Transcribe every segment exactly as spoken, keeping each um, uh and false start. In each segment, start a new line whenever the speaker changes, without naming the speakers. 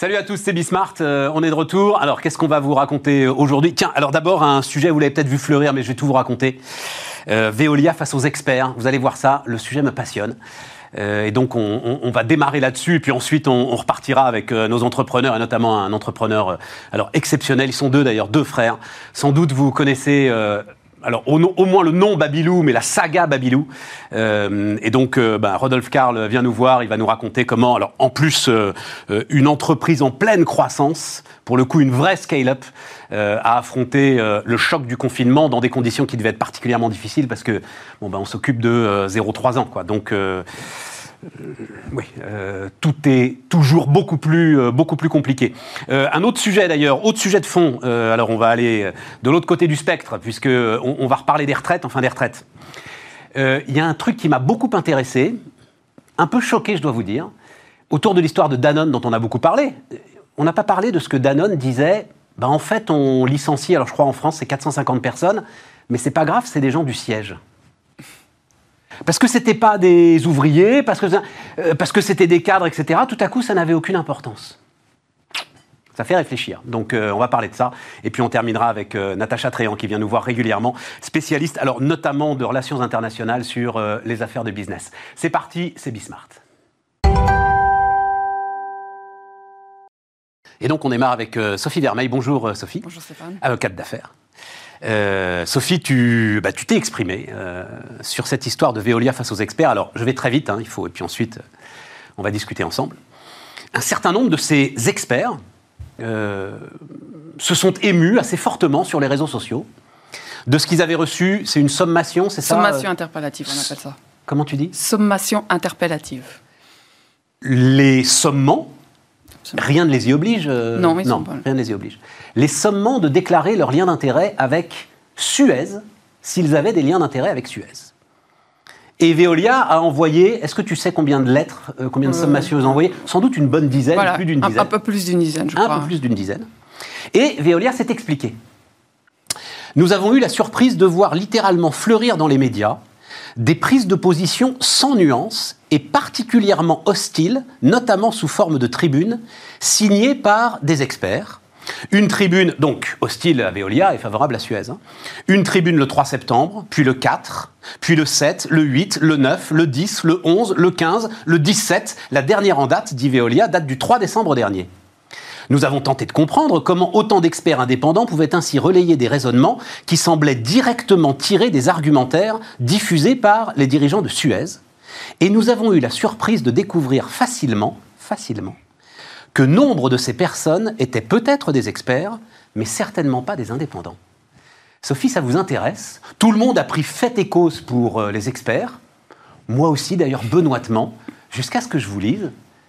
Salut à tous, c'est Bismart, euh, on est de retour. Alors, qu'est-ce qu'on va vous raconter aujourd'hui ? Tiens, alors d'abord, un sujet, vous l'avez peut-être vu fleurir, mais je vais tout vous raconter. Euh, Veolia face aux experts, vous allez voir ça, le sujet me passionne. Euh, et donc, on, on, on va démarrer là-dessus, et puis ensuite, on, on repartira avec euh, nos entrepreneurs, et notamment un entrepreneur euh, alors exceptionnel. Ils sont deux d'ailleurs, deux frères. Sans doute, vous connaissez... Euh, Alors, au, au moins le nom Babylou, mais la saga Babylou. Euh, et donc, euh, bah, Rodolphe Karl vient nous voir, il va nous raconter comment, alors en plus, euh, euh, une entreprise en pleine croissance, pour le coup une vraie scale-up, euh, a affronté euh, le choc du confinement dans des conditions qui devaient être particulièrement difficiles, parce que, bon, bah, on s'occupe de euh, zéro à trois ans, quoi. Donc... Euh, Euh, oui, euh, tout est toujours beaucoup plus, euh, beaucoup plus compliqué. Euh, un autre sujet d'ailleurs, autre sujet de fond, euh, alors on va aller de l'autre côté du spectre, puisqu'on on va reparler des retraites, enfin des retraites. Il euh, y a un truc qui m'a beaucoup intéressé, un peu choqué je dois vous dire, autour de l'histoire de Danone dont on a beaucoup parlé. On n'a pas parlé de ce que Danone disait, bah en fait on licencie, alors je crois en France c'est quatre cent cinquante personnes, mais c'est pas grave, c'est des gens du siège. Parce que c'était pas des ouvriers, parce que, euh, parce que c'était des cadres, et cetera. Tout à coup, ça n'avait aucune importance. Ça fait réfléchir. Donc, euh, on va parler de ça. Et puis, on terminera avec euh, Natacha Tréant, qui vient nous voir régulièrement, spécialiste, alors notamment de relations internationales sur euh, les affaires de business. C'est parti, c'est Bismart. Et donc, on démarre avec euh, Sophie Vermeil. Bonjour, euh, Sophie.
Bonjour, Stéphane.
Avocate d'affaires. Euh, Sophie, tu, bah, tu t'es exprimée euh, sur cette histoire de Veolia face aux experts. Alors, je vais très vite, hein, il faut, et puis ensuite, on va discuter ensemble. Un certain nombre de ces experts euh, se sont émus assez fortement sur les réseaux sociaux de ce qu'ils avaient reçu. C'est une sommation, c'est ça ?
Sommation interpellative, on appelle ça.
Comment tu dis ?
Sommation interpellative.
Les sommants, rien ne les y oblige. Euh,
non, mais ils
non,
sont pas...
rien ne les y oblige. Les sommants de déclarer leur lien d'intérêt avec Suez, s'ils avaient des liens d'intérêt avec Suez. Et Veolia a envoyé, est-ce que tu sais combien de lettres, euh, combien de sommations ils ont envoyé ? Sans doute une bonne dizaine,
voilà,
plus d'une dizaine.
Un, un peu plus d'une dizaine, je
un
crois.
Un peu plus d'une dizaine. Et Veolia s'est expliqué. Nous avons eu la surprise de voir littéralement fleurir dans les médias des prises de position sans nuance et particulièrement hostiles, notamment sous forme de tribunes, signées par des experts. Une tribune, donc, hostile à Veolia et favorable à Suez. Hein. Une tribune le trois septembre, puis le quatre, puis le sept, le huit, le neuf, le dix, le onze, le quinze, le dix-sept. La dernière en date, dit Veolia, date du trois décembre dernier. Nous avons tenté de comprendre comment autant d'experts indépendants pouvaient ainsi relayer des raisonnements qui semblaient directement tirés des argumentaires diffusés par les dirigeants de Suez. Et nous avons eu la surprise de découvrir facilement, facilement, que nombre de ces personnes étaient peut-être des experts, mais certainement pas des indépendants. Sophie, ça vous intéresse ? Tout le monde a pris fait et cause pour euh, les experts, moi aussi d'ailleurs benoîtement, jusqu'à ce que je vous lise.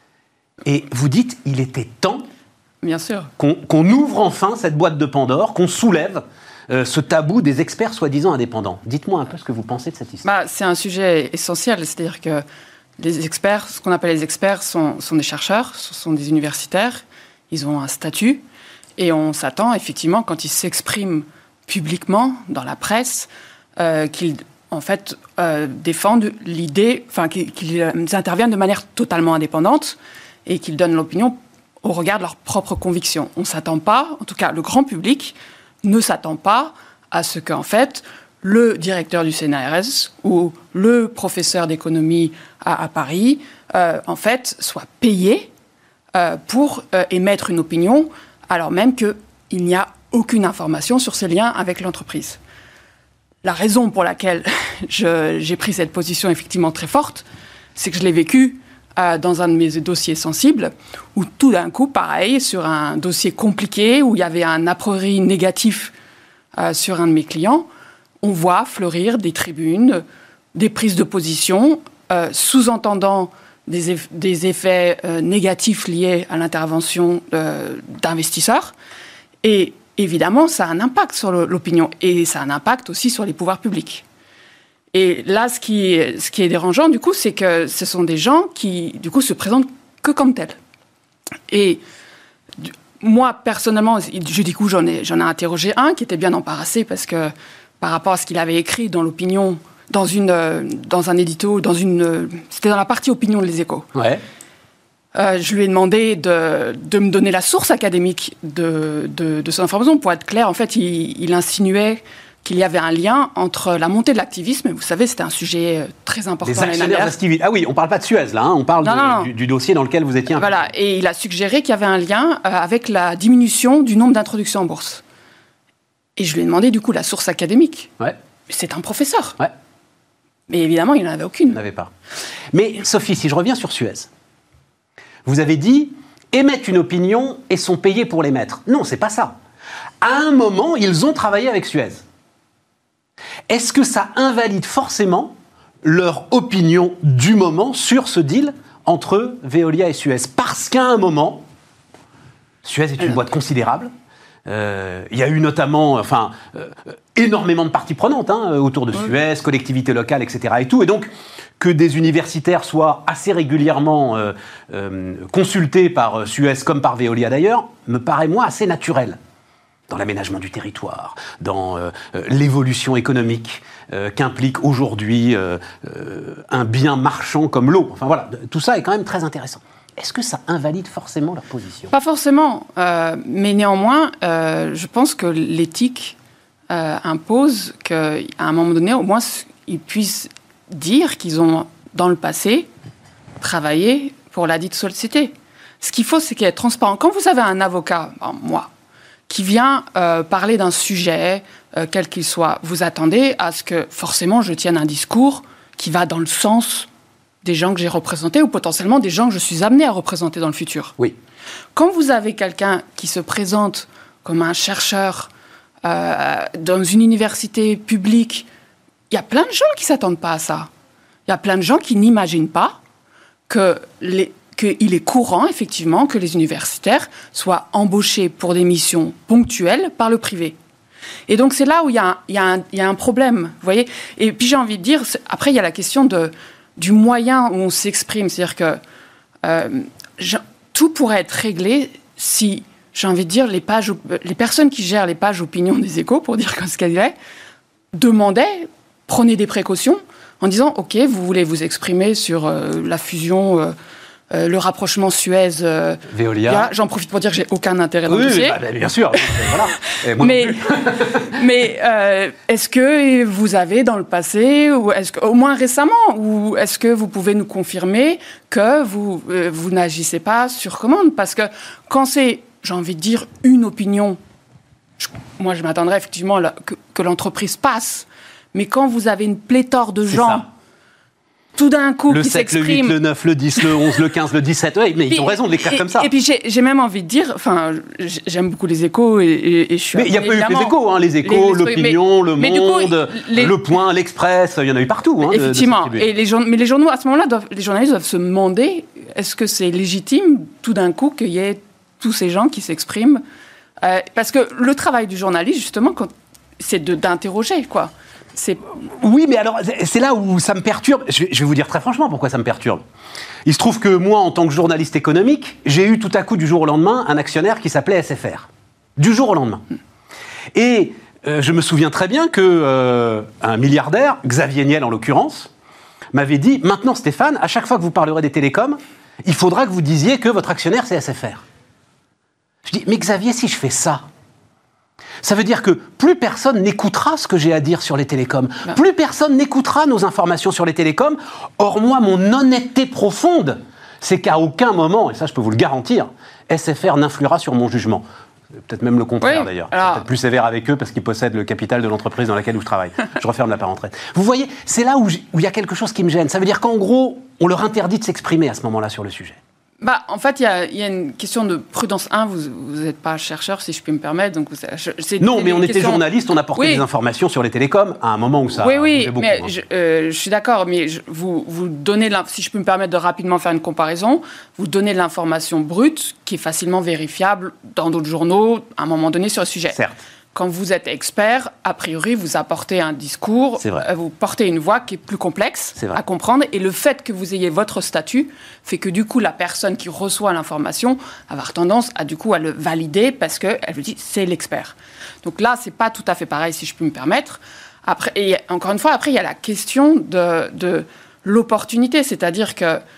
Et vous dites, il était temps
Bien sûr.
Qu'on, qu'on ouvre enfin cette boîte de Pandore, qu'on soulève euh, ce tabou des experts soi-disant indépendants. Dites-moi un peu ce que vous pensez de cette histoire.
Bah, c'est un sujet essentiel, c'est-à-dire que les experts, ce qu'on appelle les experts, sont, sont des chercheurs, ce sont des universitaires, ils ont un statut, et on s'attend effectivement, quand ils s'expriment publiquement, dans la presse, euh, qu'ils en fait, euh, défendent l'idée, enfin, qu'ils, qu'ils interviennent de manière totalement indépendante, et qu'ils donnent l'opinion au regard de leurs propres convictions. On ne s'attend pas, en tout cas le grand public, ne s'attend pas à ce qu'en fait, le directeur du C N R S ou le professeur d'économie à, à Paris, euh, en fait, soit payé euh, pour euh, émettre une opinion, alors même qu'il n'y a aucune information sur ses liens avec l'entreprise. La raison pour laquelle je, j'ai pris cette position effectivement très forte, c'est que je l'ai vécu euh, dans un de mes dossiers sensibles, où tout d'un coup, pareil, sur un dossier compliqué, où il y avait un a priori négatif euh, sur un de mes clients, on voit fleurir des tribunes, des prises de position, euh, sous-entendant des, eff- des effets euh, négatifs liés à l'intervention euh, d'investisseurs. Et évidemment, ça a un impact sur le, l'opinion, et ça a un impact aussi sur les pouvoirs publics. Et là, ce qui, ce qui est dérangeant, du coup, c'est que ce sont des gens qui, du coup, se présentent que comme tels. Et moi, personnellement, je, du coup, j'en ai, j'en ai interrogé un qui était bien embarrassé parce que, par rapport à ce qu'il avait écrit dans l'opinion, dans, une, dans un édito, dans une, c'était dans la partie opinion de Les Échos.
Ouais.
Euh, je lui ai demandé de, de me donner la source académique de, de, de son information. Pour être clair, en fait, il, il insinuait qu'il y avait un lien entre la montée de l'activisme, et vous savez, c'était un sujet très important l'année dernière.
Les actionnaires Ah oui, on ne parle pas de Suez, là, hein, on parle
non,
de,
non, non.
Du, du dossier dans lequel vous étiez impliqué.
Voilà, et il a suggéré qu'il y avait un lien euh, avec la diminution du nombre d'introductions en bourse. Et je lui ai demandé, du coup, la source académique.
Ouais.
C'est un professeur.
Ouais.
Mais évidemment, il n'en avait aucune.
Il n'en avait pas. Mais Sophie, si je reviens sur Suez, vous avez dit émettent une opinion et sont payés pour l'émettre. Non, c'est pas ça. À un moment, ils ont travaillé avec Suez. Est-ce que ça invalide forcément leur opinion du moment sur ce deal entre Veolia et Suez? Parce qu'à un moment, Suez est une boîte considérable. Euh, il y a eu notamment, enfin, euh, énormément de parties prenantes hein, autour de Suez, collectivités locales, et cetera. Et tout. Et donc, que des universitaires soient assez régulièrement euh, euh, consultés par Suez comme par Veolia d'ailleurs, me paraît moi assez naturel. Dans l'aménagement du territoire, dans euh, l'évolution économique euh, qu'implique aujourd'hui euh, euh, un bien marchand comme l'eau. Enfin voilà, tout ça est quand même très intéressant. Est-ce que ça invalide forcément leur position?
Pas forcément, euh, mais néanmoins, euh, je pense que l'éthique euh, impose qu'à un moment donné, au moins, ils puissent dire qu'ils ont, dans le passé, travaillé pour la dite société. Ce qu'il faut, c'est qu'il y ait transparent. Quand vous avez un avocat, bon, moi, qui vient euh, parler d'un sujet, euh, quel qu'il soit, vous attendez à ce que, forcément, je tienne un discours qui va dans le sens des gens que j'ai représentés ou potentiellement des gens que je suis amené à représenter dans le futur.
Oui.
Quand vous avez quelqu'un qui se présente comme un chercheur euh, dans une université publique, il y a plein de gens qui ne s'attendent pas à ça. Il y a plein de gens qui n'imaginent pas que les... qu'il est courant, effectivement, que les universitaires soient embauchés pour des missions ponctuelles par le privé. Et donc, c'est là où il y a un, il y a un, il y a un problème, vous voyez. Et puis, j'ai envie de dire, après, il y a la question de, du moyen où on s'exprime. C'est-à-dire que euh, je, tout pourrait être réglé si, j'ai envie de dire, les, pages, les personnes qui gèrent les pages opinion des Échos, pour dire comme ce qu'elle est, demandaient, prenaient des précautions en disant, OK, vous voulez vous exprimer sur euh, la fusion... Euh, Euh, le rapprochement Suez, euh,
Veolia.
J'en profite pour dire que j'ai aucun intérêt dans
oui,
le dossier.
Bah, bah, bien sûr. Voilà. Et moi
mais mais euh, est-ce que vous avez dans le passé, ou est-ce que, au moins récemment, ou est-ce que vous pouvez nous confirmer que vous, euh, vous n'agissez pas sur commande? Parce que quand c'est, j'ai envie de dire, une opinion, je, moi je m'attendrais effectivement à que, que l'entreprise passe. Mais quand vous avez une pléthore de gens... Ça. Tout d'un coup,
le
qui
sept,
s'exprime...
le huit, le neuf, le dix, le onze, le quinze, le dix-sept... Oui, mais puis, ils ont raison de l'écrire
et,
comme ça.
Et puis, j'ai, j'ai même envie de dire... Enfin, j'aime beaucoup les Échos et, et, et je suis...
Mais il n'y a pas eu que les Échos, hein, les Échos, les, les, l'Opinion, mais, Le mais Monde, coup, les, Le Point, l'Express, il y en a eu partout. Hein,
effectivement.
De, de
et les journaux, mais les journaux, à ce moment-là, doivent, les journalistes doivent se demander, est-ce que c'est légitime, tout d'un coup, qu'il y ait tous ces gens qui s'expriment euh, parce que le travail du journaliste, justement, quand, c'est de, d'interroger, quoi. C'est...
Oui, mais alors, c'est là où ça me perturbe. Je vais, je vais vous dire très franchement pourquoi ça me perturbe. Il se trouve que moi, en tant que journaliste économique, j'ai eu tout à coup, du jour au lendemain, un actionnaire qui s'appelait S F R. Du jour au lendemain. Et euh, je me souviens très bien que euh, un milliardaire, Xavier Niel en l'occurrence, m'avait dit « Maintenant, Stéphane, à chaque fois que vous parlerez des télécoms, il faudra que vous disiez que votre actionnaire, c'est S F R. » Je dis « Mais Xavier, si je fais ça, ça veut dire que plus personne n'écoutera ce que j'ai à dire sur les télécoms. Non. Plus personne n'écoutera nos informations sur les télécoms. Or, moi, mon honnêteté profonde, c'est qu'à aucun moment, et ça je peux vous le garantir, S F R n'influera sur mon jugement. Peut-être même le contraire, oui, d'ailleurs. Alors... peut-être plus sévère avec eux parce qu'ils possèdent le capital de l'entreprise dans laquelle je travaille. Je referme la parenthèse. Vous voyez, c'est là où il y a quelque chose qui me gêne. Ça veut dire qu'en gros, on leur interdit de s'exprimer à ce moment-là sur le sujet.
Bah, en fait, il y, y a une question de prudence. Un, vous n'êtes pas chercheur, si je puis me permettre. Donc vous, c'est,
non, mais on
questions...
était journaliste, on apportait oui. des informations sur les télécoms à un moment où ça...
Oui, oui,
beaucoup,
mais
hein.
je, euh, je suis d'accord, mais je, vous, vous donnez, si je peux me permettre de rapidement faire une comparaison, vous donnez de l'information brute qui est facilement vérifiable dans d'autres journaux à un moment donné sur le sujet.
Certes.
Quand vous êtes expert, a priori, vous apportez un discours, vous portez une voix qui est plus complexe à comprendre. Et le fait que vous ayez votre statut fait que, du coup, la personne qui reçoit l'information va avoir tendance à, du coup, à le valider parce qu'elle vous dit c'est l'expert. Donc là, c'est pas tout à fait pareil, si je puis me permettre. Après, et encore une fois, après, il y a la question de, de l'opportunité. C'est-à-dire que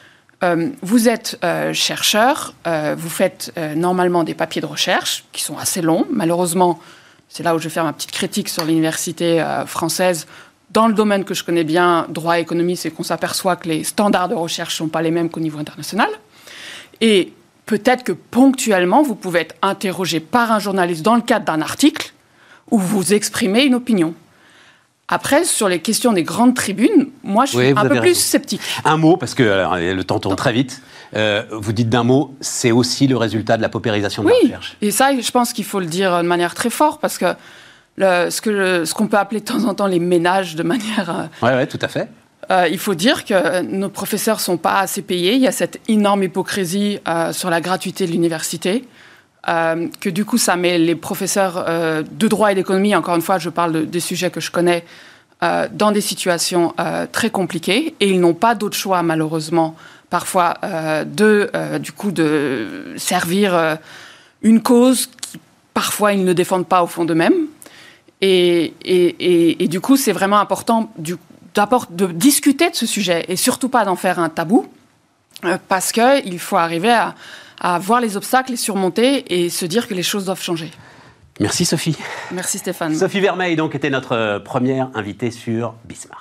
euh, vous êtes euh, chercheur, euh, vous faites euh, normalement des papiers de recherche qui sont assez longs. Malheureusement, c'est là où je vais faire ma petite critique sur l'université euh, française. Dans le domaine que je connais bien, droit et économie, c'est qu'on s'aperçoit que les standards de recherche ne sont pas les mêmes qu'au niveau international. Et peut-être que ponctuellement, vous pouvez être interrogé par un journaliste dans le cadre d'un article où vous exprimez une opinion. Après, sur les questions des grandes tribunes, moi, je suis oui, un peu raison. plus sceptique.
Un mot, parce que alors, le temps tourne très vite. Euh, vous dites d'un mot, c'est aussi le résultat de la paupérisation de
oui,
la recherche.
Et ça, je pense qu'il faut le dire de manière très forte, parce que, le, ce, que le, ce qu'on peut appeler de temps en temps les ménages de manière...
Oui, ouais, tout à fait.
Euh, il faut dire que nos professeurs ne sont pas assez payés. Il y a cette énorme hypocrisie euh, sur la gratuité de l'université. Euh, que du coup, ça met les professeurs euh, de droit et d'économie, encore une fois, je parle de, des sujets que je connais, euh, dans des situations euh, très compliquées. Et ils n'ont pas d'autre choix, malheureusement, parfois, euh, de, euh, du coup, de servir euh, une cause qui, parfois, ils ne défendent pas au fond d'eux-mêmes. Et, et, et, et du coup, c'est vraiment important du, d'abord de discuter de ce sujet et surtout pas d'en faire un tabou, euh, parce qu'il faut arriver à à voir les obstacles, les surmonter et se dire que les choses doivent changer.
Merci Sophie.
Merci Stéphane.
Sophie Vermeil donc était notre première invitée sur Bismart.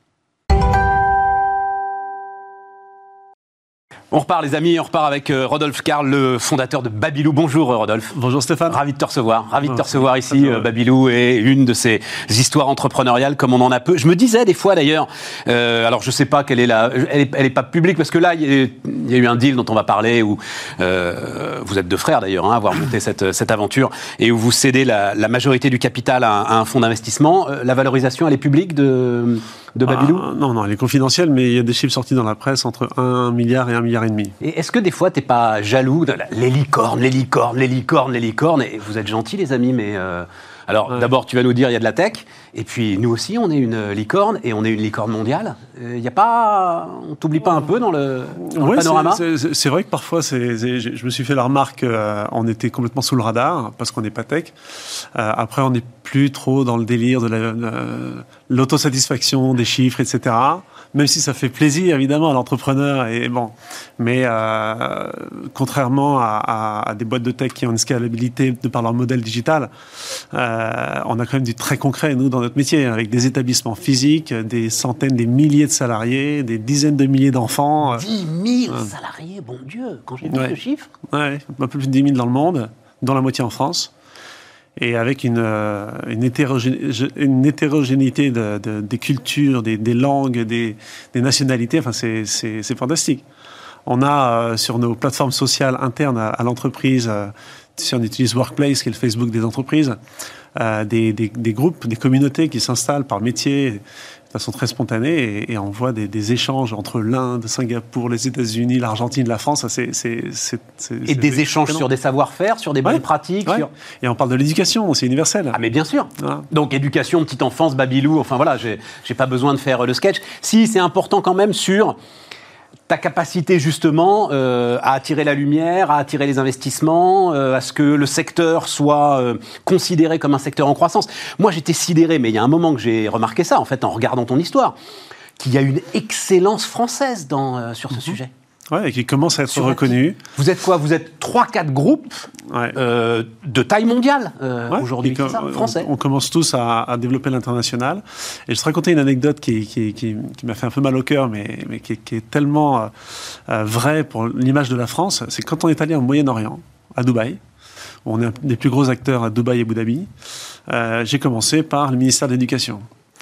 On repart les amis, on repart avec euh, Rodolphe Karl, le fondateur de Babylou. Bonjour euh, Rodolphe.
Bonjour Stéphane.
Ravi de te recevoir, ravi de te recevoir ici. Euh, Babylou est une de ces histoires entrepreneuriales comme on en a peu. Je me disais des fois d'ailleurs, euh, alors je sais pas quelle est la, elle est, elle est pas publique parce que là il y, y a eu un deal dont on va parler où euh, vous êtes deux frères d'ailleurs, hein, avoir monté cette, cette aventure et où vous cédez la, la majorité du capital à, à un fonds d'investissement. Euh, la valorisation elle est publique de de Babylou?
Ah, non, non, elle est confidentielle, mais il y a des chiffres sortis dans la presse entre un milliard et un milliard et demi.
Et est-ce que des fois, t'es pas jaloux de la, les licornes, les licornes, les licornes, les licornes, et vous êtes gentils, les amis, mais... Euh, alors, ouais. D'abord, tu vas nous dire, il y a de la tech, et puis nous aussi, on est une licorne, et on est une licorne mondiale. Il euh, y a pas... On t'oublie pas un peu dans le, dans ouais, le panorama?
c'est, c'est, c'est vrai que parfois, c'est, c'est, je me suis fait la remarque, euh, on était complètement sous le radar, parce qu'on n'est pas tech. Euh, après, on n'est plus trop dans le délire de la, euh, l'autosatisfaction, des chiffres, et cetera. Même si ça fait plaisir, évidemment, à l'entrepreneur. Et bon, mais euh, contrairement à, à, à des boîtes de tech qui ont une scalabilité de par leur modèle digital, euh, on a quand même du très concret, nous, dans notre métier, avec des établissements physiques, des centaines, des milliers de salariés, des dizaines de milliers d'enfants.
dix mille euh, salariés, bon Dieu, quand j'ai vu
ouais.
ce chiffre.
Oui, un peu plus de dix mille dans le monde, dont la moitié en France. Et avec une, euh, une, hétérogé- une hétérogénéité de, de, des cultures, des, des langues, des, des nationalités, enfin c'est, c'est, c'est fantastique. On a euh, sur nos plateformes sociales internes à, à l'entreprise, euh, si on utilise Workplace, qui est le Facebook des entreprises, euh, des, des, des groupes, des communautés qui s'installent par métier de façon très spontanée et, et on voit des, des échanges entre l'Inde, Singapour, les États-Unis, l'Argentine, la France. C'est, c'est, c'est, c'est,
et
c'est
des échanges
étonnant.
Sur des savoir-faire, sur des bonnes
ouais,
pratiques.
Ouais.
Sur...
Et on parle de l'éducation, c'est universel.
Ah mais bien sûr.
Voilà.
Donc éducation, petite enfance, Babylou, enfin voilà, j'ai, j'ai pas besoin de faire le sketch. Si, c'est important quand même sur ta capacité justement euh, à attirer la lumière, à attirer les investissements, euh, à ce que le secteur soit euh, considéré comme un secteur en croissance. Moi, j'étais sidéré, mais il y a un moment que j'ai remarqué ça, en fait, en regardant ton histoire, qu'il y a une excellence française dans, euh, sur ce mmh. sujet.
Ouais, et qui commence à être sur reconnu.
Vous êtes quoi? Vous êtes trois quatre groupes
ouais.
euh, de taille mondiale euh, ouais, aujourd'hui, c'est ça,
on,
français.
On, on commence tous à, à développer l'international. Et je te racontais une anecdote qui, qui, qui, qui m'a fait un peu mal au cœur, mais, mais qui, qui est tellement euh, vraie pour l'image de la France. C'est quand on est allé au Moyen-Orient, à Dubaï, où on est un des plus gros acteurs à Dubaï et Abu Dhabi, euh, j'ai commencé par le ministère de l'Éducation.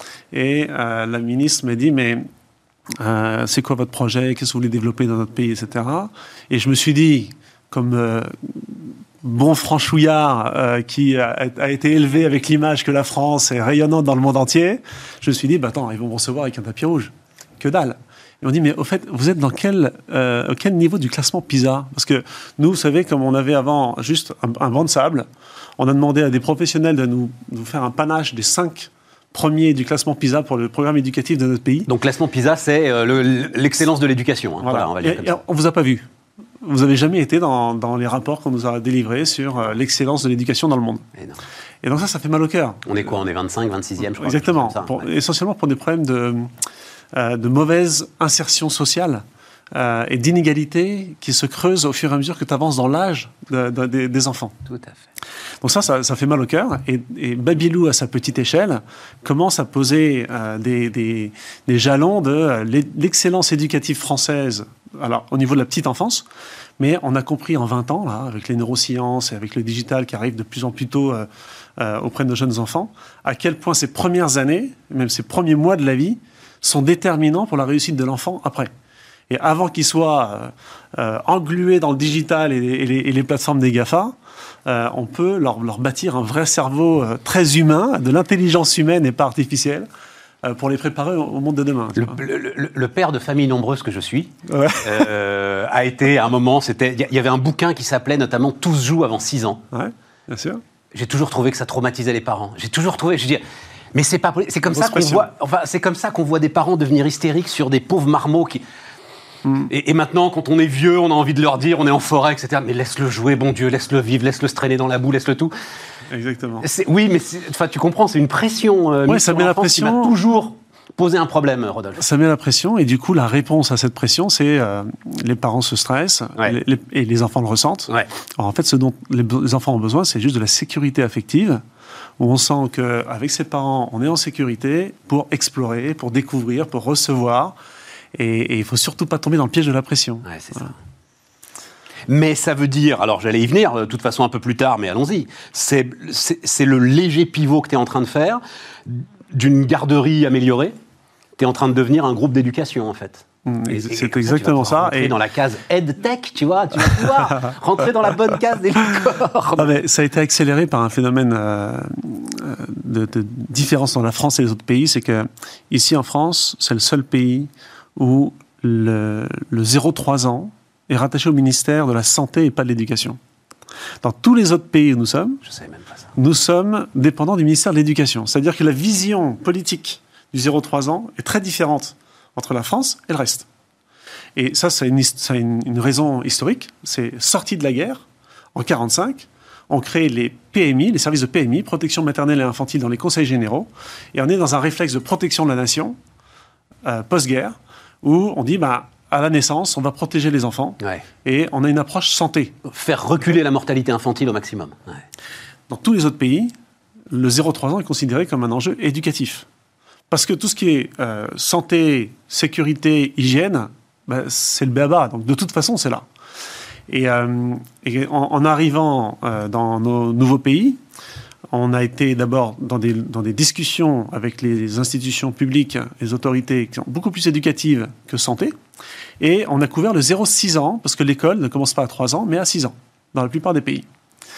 Et euh, la ministre m'a dit, mais... Euh, c'est quoi votre projet, qu'est-ce que vous voulez développer dans notre pays, et cetera. Et je me suis dit, comme euh, bon franchouillard euh, qui a, a été élevé avec l'image que la France est rayonnante dans le monde entier, je me suis dit, bah attends, ils vont me recevoir avec un tapis rouge. Que dalle. Et on dit, mais au fait, vous êtes dans quel, euh, quel niveau du classement PISA? Parce que nous, vous savez, comme on avait avant juste un, un banc de sable, on a demandé à des professionnels de nous, de nous faire un panache des cinq premier du classement PISA pour le programme éducatif de notre pays.
Donc, classement PISA, c'est euh, le, l'excellence de l'éducation. Hein.
Voilà. Voilà, on va dire et, et on ne vous a pas vu. Vous n'avez jamais été dans, dans les rapports qu'on nous a délivrés sur euh, l'excellence de l'éducation dans le monde. Et, non. et donc ça, ça fait mal au cœur.
On est quoi? On est vingt-cinq, vingt-sixième, je crois.
Exactement.
Ça,
pour,
ouais.
Essentiellement pour des problèmes de, euh, de mauvaise insertion sociale. euh, et d'inégalité qui se creusent au fur et à mesure que tu avances dans l'âge de, de, de, des enfants.
Tout à fait.
Donc ça, ça, ça fait mal au cœur. Et, et Babylou, à sa petite échelle, commence à poser euh, des, des, des jalons de euh, l'excellence éducative française, alors au niveau de la petite enfance. Mais on a compris en vingt ans, là, avec les neurosciences et avec le digital qui arrive de plus en plus tôt euh, euh, auprès de nos jeunes enfants, à quel point ces premières années, même ces premiers mois de la vie, sont déterminants pour la réussite de l'enfant après. Et avant qu'il soit euh, euh, englué dans le digital et, et, les, et les plateformes des GAFA, euh, on peut leur, leur bâtir un vrai cerveau euh, très humain, de l'intelligence humaine et pas artificielle, pour les préparer au monde de demain.
Le, le, le, le père de famille nombreuse que je suis
ouais.
euh, a été, à un moment, c'était, il y avait un bouquin qui s'appelait notamment « Tous jouent avant six ans
ouais, ». Bien sûr.
J'ai toujours trouvé que ça traumatisait les parents. J'ai toujours trouvé, je veux dire, mais c'est pas, c'est comme ça qu'on voit, enfin, c'est comme ça qu'on voit des parents devenir hystériques sur des pauvres marmots qui. Mm. Et, et maintenant, quand on est vieux, on a envie de leur dire, on est en forêt, et cetera. Mais laisse-le jouer, bon Dieu, laisse-le vivre, laisse-le se traîner dans la boue, laisse-le tout.
Exactement.
C'est, oui, mais enfin, tu comprends, c'est une pression. Euh,
ouais, ça met la pression.
Qui va toujours poser un problème, Rodolphe.
Ça met la pression, et du coup, la réponse à cette pression, c'est euh, les parents se stressent, ouais. les, les, et les enfants le ressentent.
Ouais.
Alors, en fait, ce dont les, les enfants ont besoin, c'est juste de la sécurité affective, où on sent qu'avec ses parents, on est en sécurité pour explorer, pour découvrir, pour recevoir, et il ne faut surtout pas tomber dans le piège de la pression.
Ouais, c'est voilà. ça. Mais ça veut dire, alors j'allais y venir de toute façon un peu plus tard, mais allons-y, c'est, c'est, c'est le léger pivot que tu es en train de faire d'une garderie améliorée, tu es en train de devenir un groupe d'éducation en fait.
Mmh, et, c'est et exactement ça.
Rentrer et dans la case EdTech, tu vois, tu vas pouvoir rentrer dans la bonne case des licornes.
Ah mais ça a été accéléré par un phénomène euh, de, de différence dans la France et les autres pays, c'est que ici en France, c'est le seul pays où le, le zéro trois ans est rattaché au ministère de la Santé et pas de l'Éducation. Dans tous les autres pays où nous sommes,
Je savais même pas ça.
nous sommes dépendants du ministère de l'Éducation. C'est-à-dire que la vision politique du zéro trois ans est très différente entre la France et le reste. Et ça, c'est une, c'est une, une raison historique. C'est sorti de la guerre, en quarante-cinq, on crée les P M I, les services de P M I, protection maternelle et infantile dans les conseils généraux, et on est dans un réflexe de protection de la nation, euh, post-guerre, où on dit, bah, à la naissance, on va protéger les enfants,
ouais.
et on a une approche santé.
Faire reculer la mortalité infantile au maximum. Ouais.
Dans tous les autres pays, le zéro trois ans est considéré comme un enjeu éducatif. Parce que tout ce qui est euh, santé, sécurité, hygiène, bah, c'est le b a-ba. Donc de toute façon, c'est là. Et, euh, et en, en arrivant euh, dans nos nouveaux pays, on a été d'abord dans des, dans des discussions avec les institutions publiques, les autorités qui sont beaucoup plus éducatives que santé. Et on a couvert le zéro six ans, parce que l'école ne commence pas à trois ans, mais à six ans, dans la plupart des pays.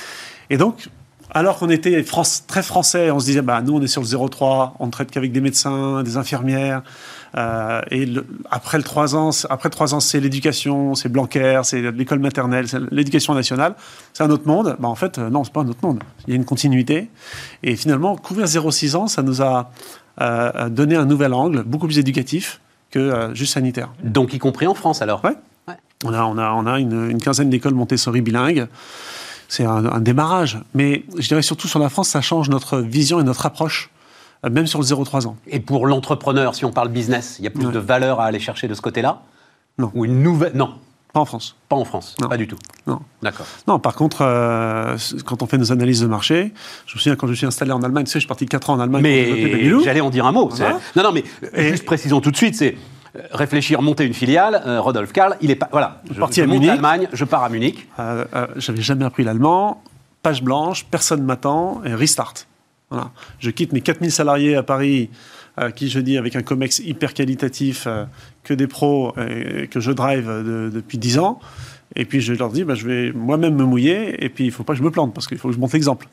Et donc, alors qu'on était France, très français, on se disait, bah, nous, on est sur le zéro trois, on ne traite qu'avec des médecins, des infirmières. Euh, et le, après le trois ans, après trois ans, c'est l'éducation, c'est Blanquer, c'est l'école maternelle, c'est l'éducation nationale. C'est un autre monde. Bah, en fait, non, c'est pas un autre monde. Il y a une continuité. Et finalement, couvrir zéro six ans, ça nous a euh, donné un nouvel angle, beaucoup plus éducatif que euh, juste sanitaire.
Donc, y compris en France, alors ?
Ouais. ouais. On a, on a, on a une, une quinzaine d'écoles Montessori bilingues. C'est un, un démarrage. Mais je dirais surtout sur la France, ça change notre vision et notre approche, même sur le zéro trois ans.
Et pour l'entrepreneur, si on parle business, il y a plus ouais. de valeur à aller chercher de ce côté-là ?
Non.
Ou une nouvelle... Non.
Pas en France.
Pas en France,
non.
Pas du tout.
Non.
D'accord.
Non, par contre, euh, quand on fait nos analyses de marché, je me souviens quand je suis installé en Allemagne, tu sais, je suis parti quatre ans en Allemagne.
Mais j'allais en dire un mot. Voilà. Non, non, mais et... juste précisons tout de suite, c'est... réfléchir, monter une filiale, euh, Rodolphe Karl, il est pas... Voilà, je,
parti
je
à
monte
Munich.
l'Allemagne, je pars à Munich.
Euh, euh, j'avais jamais appris l'allemand, page blanche, personne m'attend, et restart. Voilà. Je quitte mes quatre mille salariés à Paris, euh, qui, je dis, avec un comex hyper qualitatif, euh, que des pros, euh, que je drive de, depuis dix ans. Et puis je leur dis, bah, je vais moi-même me mouiller, et puis il ne faut pas que je me plante, parce qu'il faut que je montre l'exemple.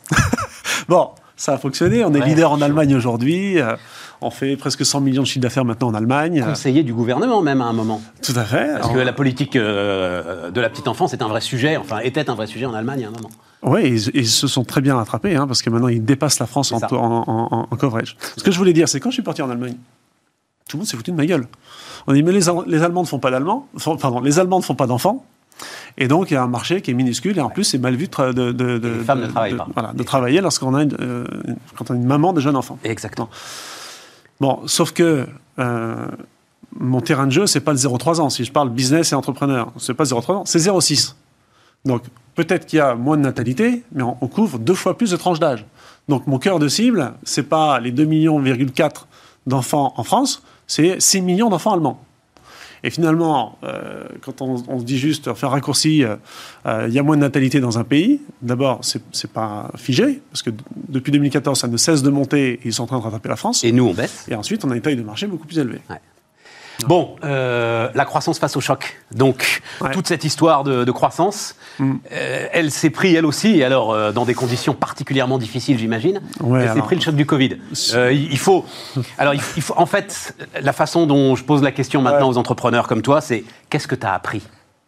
Bon, ça a fonctionné, on est ouais, leader en Allemagne aujourd'hui, euh, on fait presque cent millions de chiffres d'affaires maintenant en Allemagne.
Conseiller du gouvernement même à un moment.
Tout à fait.
Parce Alors, que la politique euh, de la petite enfance est un vrai sujet, enfin était un vrai sujet en Allemagne à un moment.
Oui, ils, ils se sont très bien rattrapés, hein, parce que maintenant ils dépassent la France en, en, en, en coverage. Ce que je voulais dire, c'est quand je suis parti en Allemagne, tout le monde s'est foutu de ma gueule. On dit, mais les, les Allemands ne font pas d'Allemands, pardon, les Allemands ne font pas d'enfants. Et donc, il y a un marché qui est minuscule, et en plus, c'est mal vu de, de, de, de,
les femmes
de,
ne travaillent
de,
pas.
Voilà, de travailler lorsqu'on a une, euh, quand on a une maman de jeune enfant.
Exactement.
Bon, sauf que, euh, mon terrain de jeu, c'est pas le zéro trois ans. Si je parle business et entrepreneur, c'est pas zéro trois ans, c'est zéro six. Donc, peut-être qu'il y a moins de natalité, mais on, on couvre deux fois plus de tranches d'âge. Donc, mon cœur de cible, c'est pas les deux virgule quatre millions d'enfants en France, c'est six millions d'enfants allemands. Et finalement, euh, quand on, on se dit juste, on fait un raccourci, euh, euh, il y a moins de natalité dans un pays. D'abord, c'est, c'est pas figé, parce que d- depuis deux mille quatorze, ça ne cesse de monter et ils sont en train de rattraper la France.
Et nous, on baisse.
Et ensuite, on a une taille de marché beaucoup plus élevée.
Ouais. Bon, euh, la croissance face au choc. Donc,
ouais.
toute cette histoire de, de croissance, mm. euh, elle s'est pris, elle aussi, et alors euh, dans des conditions particulièrement difficiles, j'imagine.
Ouais,
elle s'est pris le choc du Covid. Euh, il faut, alors, il, il faut, en fait, la façon dont je pose la question maintenant ouais. aux entrepreneurs comme toi, c'est qu'est-ce que tu as appris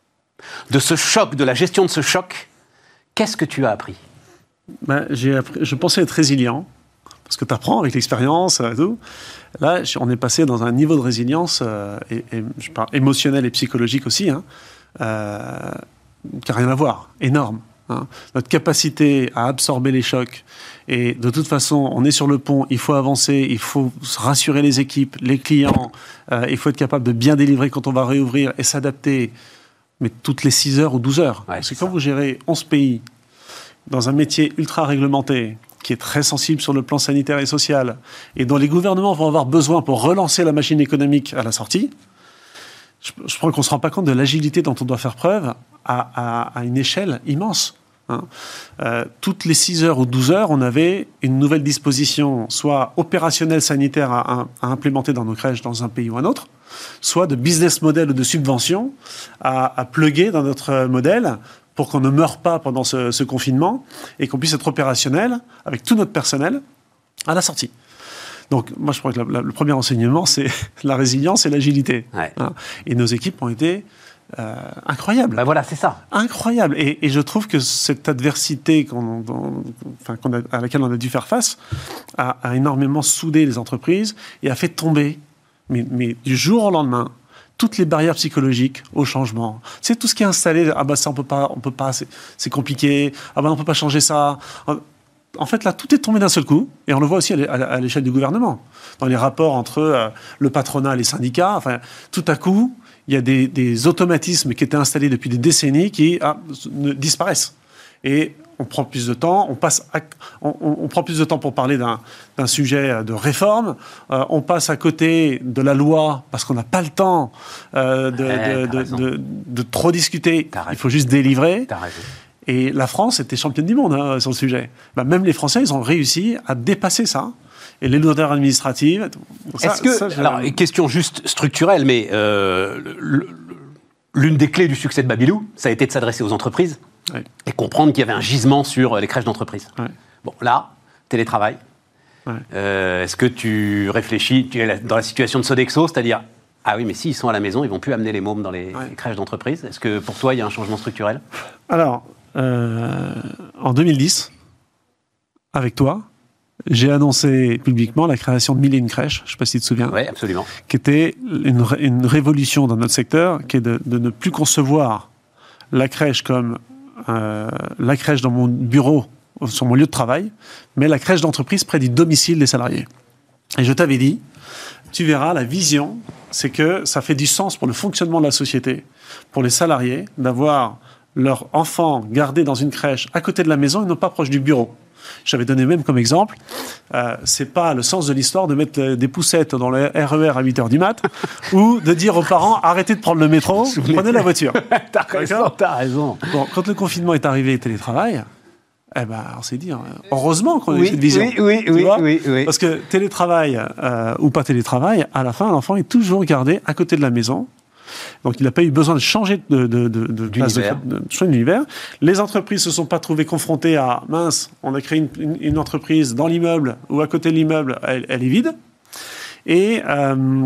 de ce choc, de la gestion de ce choc? Qu'est-ce que tu as appris?
Ben, j'ai appris, je pensais être résilient. Parce que tu apprends avec l'expérience et tout. Là, on est passé dans un niveau de résilience euh, et, et, je parle émotionnel et psychologique aussi, hein, euh, qui n'a rien à voir, énorme. Hein. Notre capacité à absorber les chocs. Et de toute façon, on est sur le pont, il faut avancer, il faut rassurer les équipes, les clients. Euh, il faut être capable de bien délivrer quand on va réouvrir et s'adapter, mais toutes les six heures ou douze heures.
Ouais,
Parce que quand ça. Vous gérez onze pays, dans un métier ultra réglementé, qui est très sensible sur le plan sanitaire et social, et dont les gouvernements vont avoir besoin pour relancer la machine économique à la sortie, je, je crois qu'on ne se rend pas compte de l'agilité dont on doit faire preuve à, à, à une échelle immense. Hein. Euh, toutes les six heures ou douze heures, on avait une nouvelle disposition, soit opérationnelle sanitaire à, à implémenter dans nos crèches dans un pays ou un autre, soit de business model ou de subvention à, à plugger dans notre modèle pour qu'on ne meure pas pendant ce, ce confinement et qu'on puisse être opérationnel avec tout notre personnel à la sortie. Donc, moi, je crois que la, la, le premier enseignement, c'est la résilience et l'agilité.
Ouais.
Hein. Et nos équipes ont été euh, incroyables.
Ben voilà, c'est ça.
Incroyables. Et, et je trouve que cette adversité qu'on, qu'on, enfin, qu'on a, à laquelle on a dû faire face a, a énormément soudé les entreprises et a fait tomber, mais, mais du jour au lendemain, toutes les barrières psychologiques au changement. C'est tout ce qui est installé. Ah bah ça on peut pas, on peut pas, c'est, c'est compliqué. Ah bah on peut pas changer ça. En fait là, tout est tombé d'un seul coup, et on le voit aussi à l'échelle du gouvernement, dans les rapports entre euh, le patronat et les syndicats. Enfin, tout à coup, il y a des, des automatismes qui étaient installés depuis des décennies qui ah, disparaissent. Et on prend plus de temps, on, passe à, on, on prend plus de temps pour parler d'un, d'un sujet de réforme, euh, on passe à côté de la loi parce qu'on n'a pas le temps euh, de, ouais, de, de, de, de trop discuter, il faut juste délivrer. Et la France était championne du monde hein, sur le sujet. Ben, même les Français, ils ont réussi à dépasser ça. Et les lourdeurs administratives...
Ça, Est-ce que... Ça, alors, question juste structurelle, mais euh, l'une des clés du succès de Babylou, ça a été de s'adresser aux entreprises. Oui. Et comprendre qu'il y avait un gisement sur les crèches d'entreprise. Oui. Bon, là, télétravail. Oui. Euh, est-ce que tu réfléchis, tu es dans la situation de Sodexo, c'est-à-dire, ah oui, mais s'ils sont à la maison, ils ne vont plus amener les mômes dans les, oui. les crèches d'entreprise. Est-ce que pour toi, il y a un changement structurel?
Alors, euh, en deux mille dix, avec toi, j'ai annoncé publiquement la création de mille et une crèches, je ne sais pas si tu te souviens.
Oui, absolument.
Qui était une, une révolution dans notre secteur, qui est de, de ne plus concevoir la crèche comme euh, la crèche dans mon bureau, sur mon lieu de travail, mais la crèche d'entreprise près du domicile des salariés. Et je t'avais dit, tu verras, la vision, c'est que ça fait du sens pour le fonctionnement de la société, pour les salariés, d'avoir leurs enfants gardés dans une crèche à côté de la maison et non pas proche du bureau. J'avais donné même comme exemple, euh, c'est pas le sens de l'histoire de mettre des poussettes dans le R E R à huit heures du mat ou de dire aux parents arrêtez de prendre le métro, prenez la voiture.
T'as raison, t'as raison.
Bon, quand le confinement est arrivé, télétravail, eh ben, on s'est dit, heureusement qu'on a
oui,
eu cette vision.
Oui, oui, oui, oui, oui.
Parce que télétravail euh, ou pas télétravail, à la fin, l'enfant est toujours gardé à côté de la maison. Donc, il n'a pas eu besoin de changer de, de, de, de place de, de, de changer d'univers. Les entreprises ne se sont pas trouvées confrontées à mince, on a créé une, une, une entreprise dans l'immeuble ou à côté de l'immeuble, elle, elle est vide. Et euh,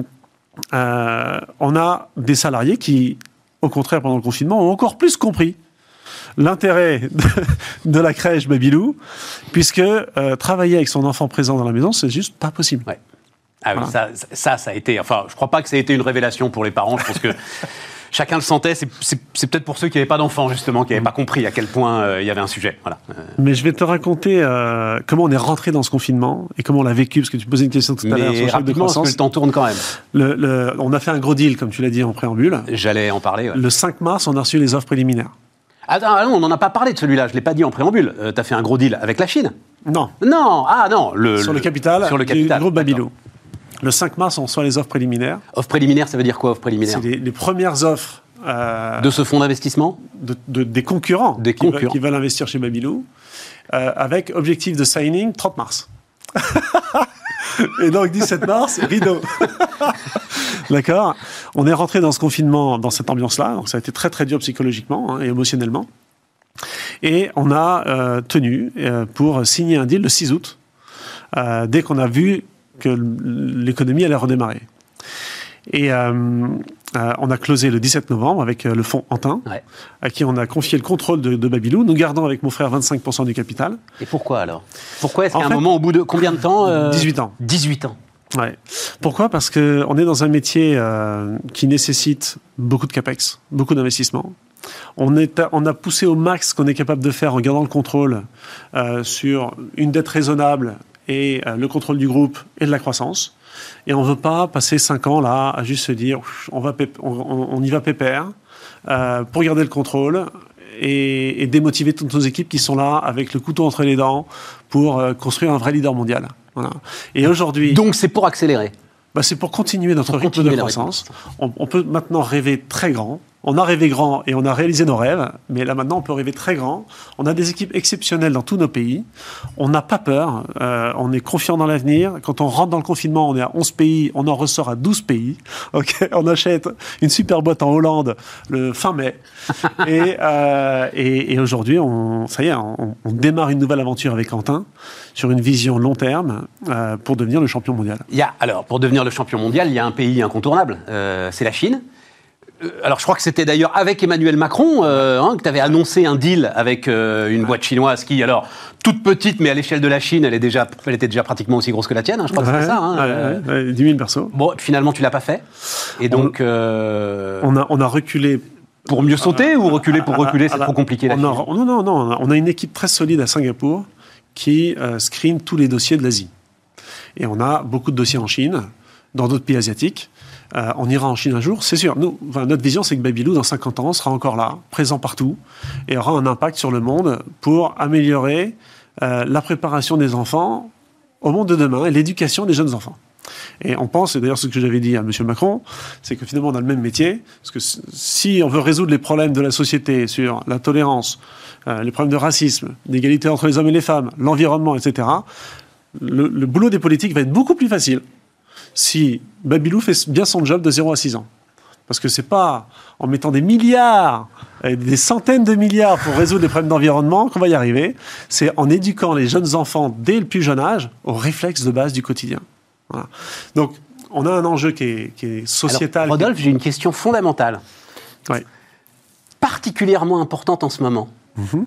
euh, on a des salariés qui, au contraire, pendant le confinement, ont encore plus compris l'intérêt de, de la crèche Babylou, puisque euh, travailler avec son enfant présent dans la maison, c'est juste pas possible.
Ouais. Ah oui, voilà. ça, ça, ça a été... Enfin, je ne crois pas que ça a été une révélation pour les parents. Je pense que chacun le sentait. C'est, c'est, c'est peut-être pour ceux qui n'avaient pas d'enfants, justement, qui n'avaient pas compris à quel point euh, il y avait un sujet. Voilà. Euh...
Mais je vais te raconter euh, comment on est rentré dans ce confinement et comment on l'a vécu, parce que tu posais une question tout à l'heure sur le choc de croissance.
Parce que le temps tourne quand même.
Le, le, on a fait un gros deal, comme tu l'as dit en préambule.
J'allais en parler. Ouais.
Le cinq mars, on a reçu les offres préliminaires.
Ah non, on n'en a pas parlé de celui-là, je ne l'ai pas dit en préambule. Euh, tu as fait un gros deal avec la Chine ?
Non.
Non, ah non. Le,
sur le, le capital,
sur le capital
du groupe Babylou. Le cinq mars, on reçoit les offres préliminaires.
Offres préliminaires, ça veut dire quoi, offres préliminaires ?
C'est les, les premières offres...
Euh, de ce fonds d'investissement ?
de, de, Des concurrents,
des
qui,
concurrents.
Veulent, qui veulent investir chez Babylou, euh, avec objectif de signing trente mars. Et donc, dix-sept mars, rideau. D'accord ? On est rentré dans ce confinement, dans cette ambiance-là, donc ça a été très très dur psychologiquement hein, et émotionnellement. Et on a euh, tenu euh, pour signer un deal le six août, euh, dès qu'on a vu que l'économie allait redémarrer. Et euh, euh, on a closé le dix-sept novembre avec euh, le fonds Antin, ouais. à qui on a confié le contrôle de, de Babylou. Nous gardons avec mon frère vingt-cinq pour cent du capital.
Et pourquoi alors ? Pourquoi est-ce qu'à un fait, moment, au bout de combien de temps euh...
dix-huit ans.
dix-huit ans.
Ouais. Pourquoi ? Parce qu'on est dans un métier euh, qui nécessite beaucoup de capex, beaucoup d'investissement. On, est à, on a poussé au max ce qu'on est capable de faire en gardant le contrôle euh, sur une dette raisonnable et euh, le contrôle du groupe et de la croissance. Et on ne veut pas passer cinq ans là à juste se dire on, va pép- on, on y va pépère euh, pour garder le contrôle et, et démotiver toutes nos équipes qui sont là avec le couteau entre les dents pour euh, construire un vrai leader mondial. Voilà. Et aujourd'hui,
donc c'est pour accélérer.
Bah c'est pour continuer notre
pour
rythme
continuer
de croissance. On, on peut maintenant rêver très grand. On a rêvé grand et on a réalisé nos rêves, mais là maintenant on peut rêver très grand. On a des équipes exceptionnelles dans tous nos pays. On n'a pas peur, euh, on est confiant dans l'avenir. Quand on rentre dans le confinement, on est à onze pays, on en ressort à douze pays. Okay, on achète une super boîte en Hollande le fin mai. et, euh, et, et aujourd'hui, on, ça y est, on, on démarre une nouvelle aventure avec Quentin sur une vision long terme euh, pour devenir le champion mondial.
Il y a, alors, pour devenir le champion mondial, il y a un pays incontournable, euh, c'est la Chine. Alors, je crois que c'était d'ailleurs avec Emmanuel Macron euh, hein, que tu avais annoncé un deal avec euh, une boîte chinoise qui, alors, toute petite, mais à l'échelle de la Chine, elle, est déjà, elle était déjà pratiquement aussi grosse que la tienne. Hein, je crois
ouais,
que c'était ça. Hein,
ouais,
euh...
ouais, ouais, dix mille persos.
Bon, finalement, tu l'as pas fait. Et donc,
on,
euh...
on, a, on a reculé.
Pour mieux sauter euh, ou reculer pour reculer, c'est trop compliqué la
Chine. Non, non, non. On a une équipe très solide à Singapour qui euh, screen tous les dossiers de l'Asie. Et on a beaucoup de dossiers en Chine, dans d'autres pays asiatiques. Euh, on ira en Chine un jour, c'est sûr. Nous, enfin, notre vision, c'est que Babylou, dans cinquante ans, sera encore là, présent partout, et aura un impact sur le monde pour améliorer euh, la préparation des enfants au monde de demain et l'éducation des jeunes enfants. Et on pense, et d'ailleurs ce que j'avais dit à M. Macron, c'est que finalement on a le même métier, parce que si on veut résoudre les problèmes de la société sur la tolérance, euh, les problèmes de racisme, d'égalité entre les hommes et les femmes, l'environnement, et cetera, le, le boulot des politiques va être beaucoup plus facile si Babylou fait bien son job de zéro à six ans. Parce que c'est pas en mettant des milliards, des centaines de milliards pour résoudre les problèmes d'environnement qu'on va y arriver. C'est en éduquant les jeunes enfants dès le plus jeune âge aux réflexes de base du quotidien. Voilà. Donc, on a un enjeu qui est, qui est sociétal.
Alors, Rodolphe, j'ai une question fondamentale.
Ouais.
Particulièrement importante en ce moment.
Mm-hmm.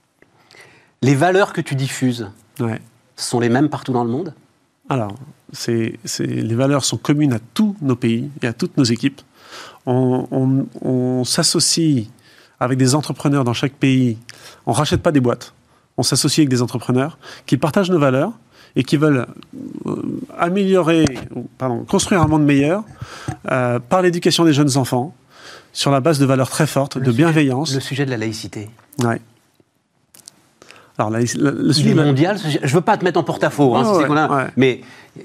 Les valeurs que tu diffuses
ouais.
sont les mêmes partout dans le monde ?
Alors, c'est, c'est, les valeurs sont communes à tous nos pays et à toutes nos équipes. On, on, on s'associe avec des entrepreneurs dans chaque pays. On ne rachète pas des boîtes. On s'associe avec des entrepreneurs qui partagent nos valeurs et qui veulent euh, améliorer, pardon, construire un monde meilleur euh, par l'éducation des jeunes enfants sur la base de valeurs très fortes,
le
de
sujet,
bienveillance.
Le sujet de la laïcité.
Ouais. Alors, la, la, le
sujet mondial, je ne veux pas te mettre en porte-à-faux, hein,
oh,
ouais,
a, ouais.
mais...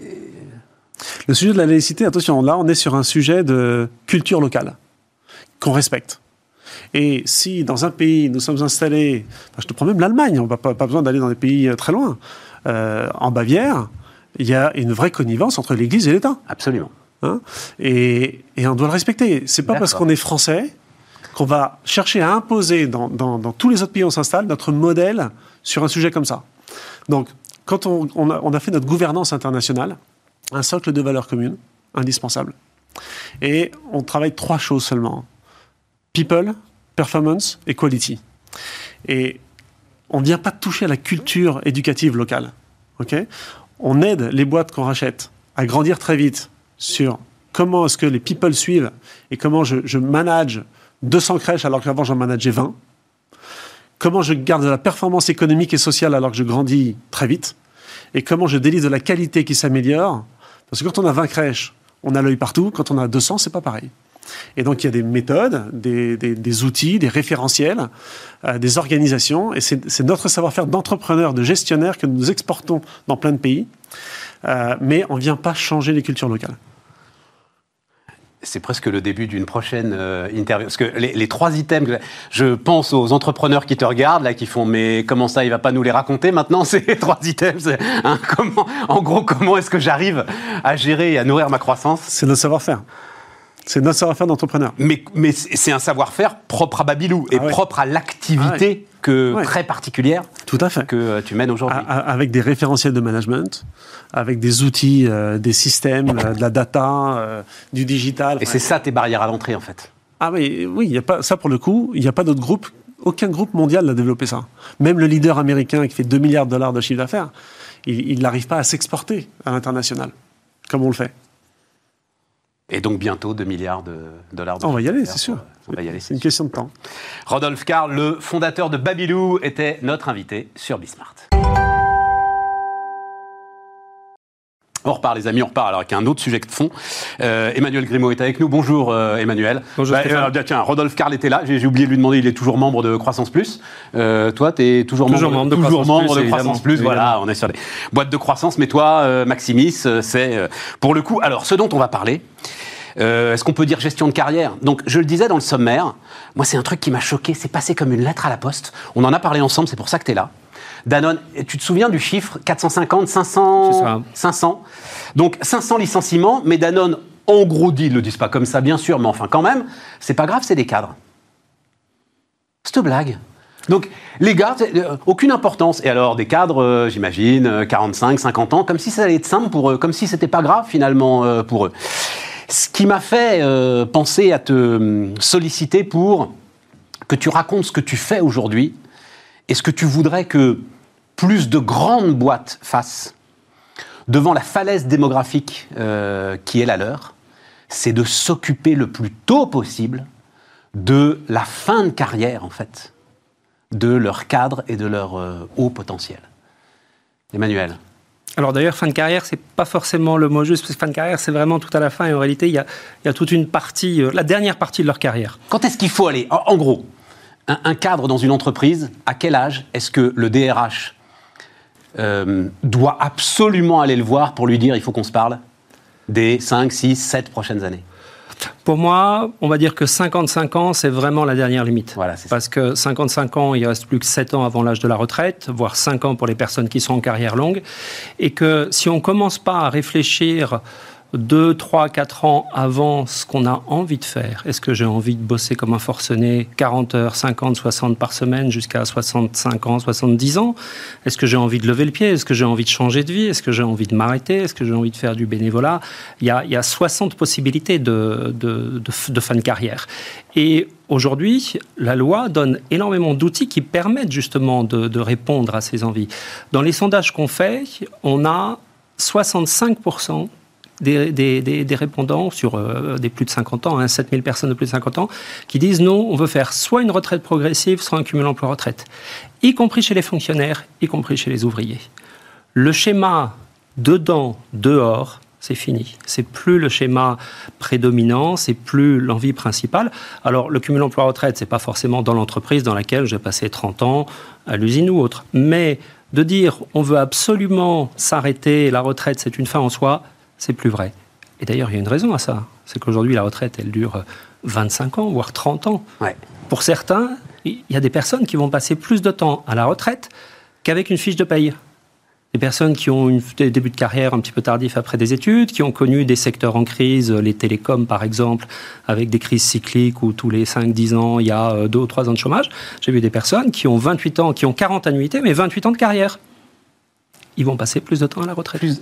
Le sujet de la laïcité, attention, là, on est sur un sujet de culture locale, qu'on respecte. Et si, dans un pays, nous sommes installés... Enfin, je te prends même l'Allemagne, on n'a pas, pas besoin d'aller dans des pays très loin. Euh, en Bavière, il y a une vraie connivence entre l'Église et l'État.
Absolument.
Hein et, et on doit le respecter. C'est pas D'accord. parce qu'on est français qu'on va chercher à imposer dans, dans, dans tous les autres pays où on s'installe notre modèle sur un sujet comme ça. Donc, quand on, on, a, on a fait notre gouvernance internationale, un socle de valeurs communes, indispensable. Et on travaille trois choses seulement. People, performance et quality. Et on ne vient pas toucher à la culture éducative locale. Okay ? On aide les boîtes qu'on rachète à grandir très vite sur comment est-ce que les people suivent et comment je, je manage deux cents crèches alors qu'avant j'en manageais vingt. Comment je garde de la performance économique et sociale alors que je grandis très vite. Et comment je délivre de la qualité qui s'améliore. Parce que quand on a vingt crèches, on a l'œil partout. Quand on a deux cents, c'est pas pareil. Et donc, il y a des méthodes, des, des, des outils, des référentiels, euh, des organisations. Et c'est, c'est notre savoir-faire d'entrepreneurs, de gestionnaires que nous exportons dans plein de pays. Euh, mais on ne vient pas changer les cultures locales.
C'est presque le début d'une prochaine euh, interview. Parce que les, les trois items, je pense aux entrepreneurs qui te regardent, là, qui font « Mais comment ça, il ne va pas nous les raconter maintenant, ces trois items c'est, hein, comment, En gros, comment est-ce que j'arrive à gérer et à nourrir ma croissance ?»
C'est notre savoir-faire. C'est notre savoir-faire d'entrepreneur.
Mais, mais c'est un savoir-faire propre à Babylou et ah ouais. propre à l'activité ah ouais. que, ouais. très particulière
Tout à fait.
que tu mènes aujourd'hui.
À, avec des référentiels de management, avec des outils, euh, des systèmes, euh, de la data, euh, du digital.
Et c'est ça tes barrières à l'entrée, en fait.
Ah oui, oui, y a pas, ça pour le coup, il n'y a pas d'autre groupe, aucun groupe mondial n'a développé ça. Même le leader américain qui fait deux milliards de dollars de chiffre d'affaires, il n'arrive pas à s'exporter à l'international, comme on le fait.
Et donc bientôt deux milliards de dollars de
On va y aller, c'est sûr.
On va y aller, c'est,
c'est une question de temps.
Rodolphe Karl, le fondateur de Babylou, était notre invité sur Bismart. On repart, les amis, on repart alors avec un autre sujet de fond. Euh, Emmanuel Grimaud est avec nous. Bonjour, euh, Emmanuel.
Bonjour, bah,
euh, tiens, Rodolphe Karl était là. J'ai, j'ai oublié de lui demander, il est toujours membre de Croissance Plus. Euh, toi, tu es toujours, toujours membre,
membre de,
toujours
Croissance,
membre
Plus,
de Croissance Plus.
Évidemment.
Voilà, on est sur des boîtes de croissance. Mais toi, euh, Maximis, euh, c'est euh, pour le coup. Alors, ce dont on va parler, euh, est-ce qu'on peut dire gestion de carrière ? Donc, je le disais dans le sommaire, moi, c'est un truc qui m'a choqué. C'est passé comme une lettre à la poste. On en a parlé ensemble, c'est pour ça que tu es là. Danone, tu te souviens du chiffre quatre cent cinquante, cinq cents,
c'est ça.
cinq cents. Donc cinq cents licenciements, mais Danone, en gros dit, ils ne le disent pas comme ça bien sûr, mais enfin quand même, c'est pas grave, c'est des cadres. C'est une blague. Donc les gars, euh, aucune importance. Et alors des cadres, euh, j'imagine, euh, quarante-cinq, cinquante ans, comme si ça allait être simple pour eux, comme si c'était pas grave finalement euh, pour eux. Ce qui m'a fait euh, penser à te euh, solliciter pour que tu racontes ce que tu fais aujourd'hui et ce que tu voudrais que plus de grandes boîtes fassent devant la falaise démographique euh, qui est la leur, c'est de s'occuper le plus tôt possible de la fin de carrière, en fait, de leur cadre et de leur euh, haut potentiel. Emmanuel.
Alors d'ailleurs, fin de carrière, c'est pas forcément le mot juste, parce que fin de carrière, c'est vraiment tout à la fin, et en réalité, il y a, il y a toute une partie, euh, la dernière partie de leur carrière.
Quand est-ce qu'il faut aller ? En, en gros, un, un cadre dans une entreprise, à quel âge est-ce que le D R H euh, doit absolument aller le voir pour lui dire il faut qu'on se parle des cinq, six, sept prochaines années ?
Pour moi, on va dire que cinquante-cinq ans, c'est vraiment la dernière limite.
Voilà, c'est
Parce
ça.
que cinquante-cinq ans, il reste plus que sept ans avant l'âge de la retraite, voire cinq ans pour les personnes qui sont en carrière longue. Et que si on ne commence pas à réfléchir deux, trois, quatre ans avant ce qu'on a envie de faire, est-ce que j'ai envie de bosser comme un forcené quarante heures, cinquante, soixante par semaine jusqu'à soixante-cinq ans, soixante-dix ans ? Est-ce que j'ai envie de lever le pied ? Est-ce que j'ai envie de changer de vie ? Est-ce que j'ai envie de m'arrêter ? Est-ce que j'ai envie de faire du bénévolat ? Il y a, il y a soixante possibilités de, de, de, de fin de carrière. Et aujourd'hui, la loi donne énormément d'outils qui permettent justement de, de répondre à ces envies. Dans les sondages qu'on fait, on a soixante-cinq pour cent Des, des, des, des répondants sur euh, des plus de cinquante ans, hein, sept mille personnes de plus de cinquante ans, qui disent non, on veut faire soit une retraite progressive, soit un cumul emploi-retraite, y compris chez les fonctionnaires, y compris chez les ouvriers. Le schéma dedans, dehors, c'est fini. C'est plus le schéma prédominant, c'est plus l'envie principale. Alors, le cumul emploi-retraite, c'est pas forcément dans l'entreprise dans laquelle j'ai passé trente ans, à l'usine ou autre. Mais de dire on veut absolument s'arrêter, la retraite, c'est une fin en soi, c'est plus vrai. Et d'ailleurs, il y a une raison à ça. C'est qu'aujourd'hui, la retraite, elle dure vingt-cinq ans, voire trente ans.
Ouais.
Pour certains, il y a des personnes qui vont passer plus de temps à la retraite qu'avec une fiche de paye. Des personnes qui ont un début de carrière un petit peu tardif après des études, qui ont connu des secteurs en crise, les télécoms par exemple, avec des crises cycliques où tous les cinq dix ans, il y a deux ou trois ans de chômage. J'ai vu des personnes qui ont vingt-huit ans, qui ont quarante annuités, mais vingt-huit ans de carrière. Ils vont passer plus de temps à la retraite.
Plus...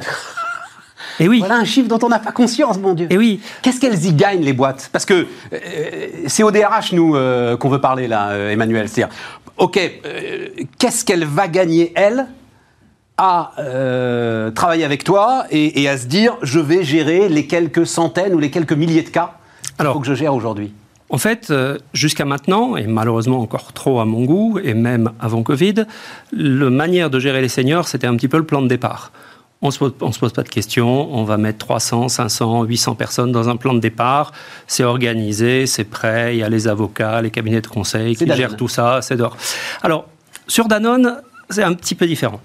Et oui.
Voilà un chiffre dont on n'a pas conscience, mon Dieu.
Et oui.
Qu'est-ce qu'elles y gagnent, les boîtes ? Parce que euh, c'est au D R H, nous, euh, qu'on veut parler, là, euh, Emmanuel. C'est-à-dire, OK, euh, qu'est-ce qu'elle va gagner, elle, à euh, travailler avec toi et, et à se dire je vais gérer les quelques centaines ou les quelques milliers de cas qu'il faut que je gère aujourd'hui?
En fait, euh, jusqu'à maintenant, et malheureusement encore trop à mon goût, et même avant Covid, la manière de gérer les seniors, c'était un petit peu le plan de départ. On ne se pose pas de questions, on va mettre trois cents, cinq cents, huit cents personnes dans un plan de départ, c'est organisé, c'est prêt, il y a les avocats, les cabinets de conseil qui gèrent tout ça, c'est d'or. Alors, sur Danone, c'est un petit peu différent.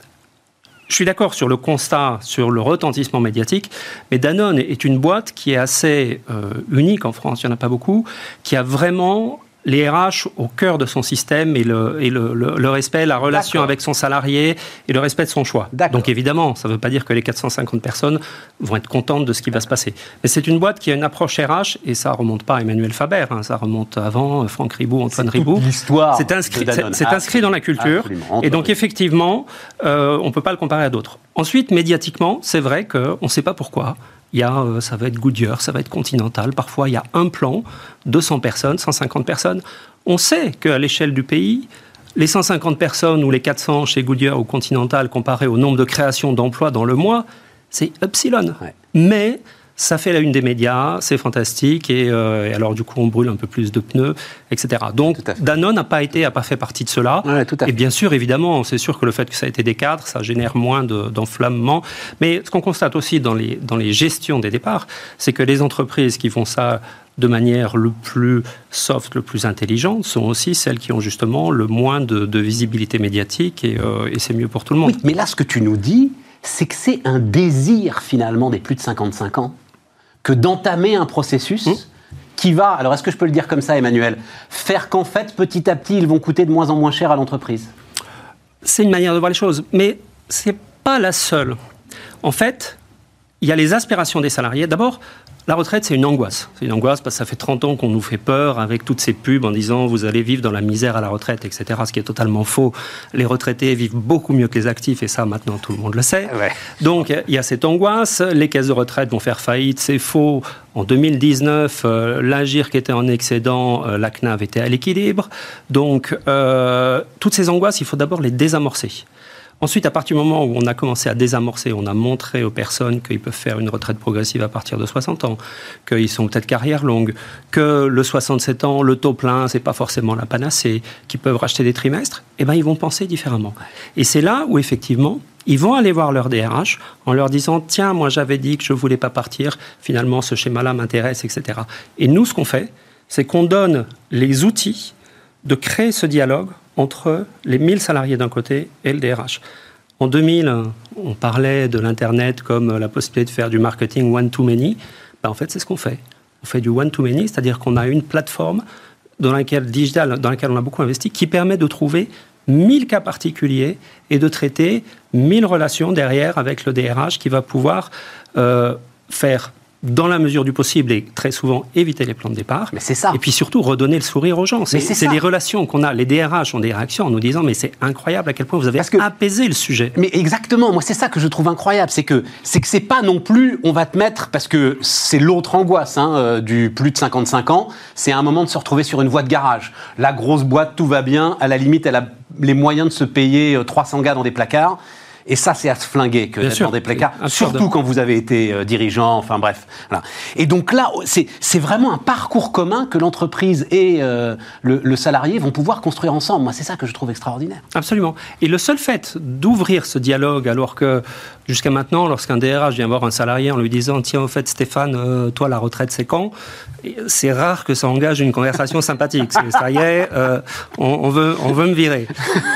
Je suis d'accord sur le constat, sur le retentissement médiatique, mais Danone est une boîte qui est assez euh, unique en France, il n'y en a pas beaucoup, qui a vraiment les R H au cœur de son système et le, et le, le, le respect, la relation D'accord. avec son salarié et le respect de son choix. D'accord. Donc évidemment, ça ne veut pas dire que les quatre cent cinquante personnes vont être contentes de ce qui va se passer. Mais c'est une boîte qui a une approche R H, et ça ne remonte pas à Emmanuel Faber, hein, ça remonte avant Franck Ribot, Antoine
c'est
Ribot.
L'histoire
c'est inscrit, c'est, c'est inscrit dans la culture. Et donc effectivement, euh, on ne peut pas le comparer à d'autres. Ensuite, médiatiquement, c'est vrai qu'on ne sait pas pourquoi. Il y a, euh, ça va être Goodyear, ça va être Continental. Parfois, il y a un plan, deux cents personnes, cent cinquante personnes. On sait qu'à l'échelle du pays, les cent cinquante personnes ou les quatre cents chez Goodyear ou Continental, comparé au nombre de créations d'emplois dans le mois, c'est epsilon. Ouais. Mais ça fait la une des médias, c'est fantastique, et, euh, et alors du coup on brûle un peu plus de pneus, et cetera. Donc Danone n'a pas été, n'a pas fait partie de cela. Ouais, et bien sûr, évidemment, c'est sûr que le fait que ça ait été des cadres, ça génère moins de, d'enflammement. Mais ce qu'on constate aussi dans les, dans les gestions des départs, c'est que les entreprises qui font ça de manière le plus soft, le plus intelligente, sont aussi celles qui ont justement le moins de, de visibilité médiatique, et, euh, et c'est mieux pour tout le monde.
Oui, mais là, ce que tu nous dis, c'est que c'est un désir finalement des plus de cinquante-cinq ans que d'entamer un processus mmh. qui va, alors est-ce que je peux le dire comme ça, Emmanuel, faire qu'en fait, petit à petit, ils vont coûter de moins en moins cher à l'entreprise?
C'est une manière de voir les choses, mais ce n'est pas la seule. En fait, il y a les aspirations des salariés. D'abord, la retraite, c'est une angoisse. C'est une angoisse parce que ça fait trente ans qu'on nous fait peur avec toutes ces pubs en disant « vous allez vivre dans la misère à la retraite », et cetera. Ce qui est totalement faux. Les retraités vivent beaucoup mieux que les actifs, et ça, maintenant, tout le monde le sait. Ouais. Donc, il y a cette angoisse. Les caisses de retraite vont faire faillite, c'est faux. En deux mille dix-neuf, euh, l'Agir qui était en excédent, euh, la C N A V était à l'équilibre. Donc, euh, toutes ces angoisses, il faut d'abord les désamorcer. Ensuite, à partir du moment où on a commencé à désamorcer, on a montré aux personnes qu'ils peuvent faire une retraite progressive à partir de soixante ans, qu'ils sont peut-être carrière longue, que le soixante-sept ans, le taux plein, c'est pas forcément la panacée, qu'ils peuvent racheter des trimestres, eh ben, ils vont penser différemment. Et c'est là où, effectivement, ils vont aller voir leur D R H en leur disant « Tiens, moi, j'avais dit que je voulais pas partir, finalement, ce schéma-là m'intéresse, et cetera » Et nous, ce qu'on fait, c'est qu'on donne les outils de créer ce dialogue entre les mille salariés d'un côté et le D R H. En deux mille, on parlait de l'Internet comme la possibilité de faire du marketing one-to-many. Ben en fait, c'est ce qu'on fait. On fait du one-to-many, c'est-à-dire qu'on a une plateforme dans laquelle, digitale, dans laquelle on a beaucoup investi, qui permet de trouver mille cas particuliers et de traiter mille relations derrière avec le D R H qui va pouvoir euh, faire, dans la mesure du possible et très souvent, éviter les plans de départ.
Mais c'est ça.
Et puis surtout, redonner le sourire aux gens. C'est, c'est, c'est les relations qu'on a. Les D R H ont des réactions en nous disant « mais c'est incroyable à quel point vous avez que, apaisé le sujet ».
Mais exactement, moi c'est ça que je trouve incroyable. C'est que c'est, que c'est pas non plus, on va te mettre, parce que c'est l'autre angoisse hein, euh, du plus de cinquante-cinq ans, c'est un moment de se retrouver sur une voie de garage. La grosse boîte, tout va bien, à la limite, elle a les moyens de se payer euh, trois cents gars dans des placards. Et ça, c'est à se flinguer que d'être dans des placards, surtout quand vous avez été euh, dirigeant, enfin bref. Voilà. Et donc là, c'est, c'est vraiment un parcours commun que l'entreprise et euh, le, le salarié vont pouvoir construire ensemble. Moi, c'est ça que je trouve extraordinaire.
Absolument. Et le seul fait d'ouvrir ce dialogue, alors que jusqu'à maintenant, lorsqu'un D R H vient voir un salarié en lui disant « Tiens, au fait, Stéphane, euh, toi, la retraite, c'est quand ?» C'est rare que ça engage une conversation sympathique. C'est, ça y est, euh, on, on, veut, on veut me virer.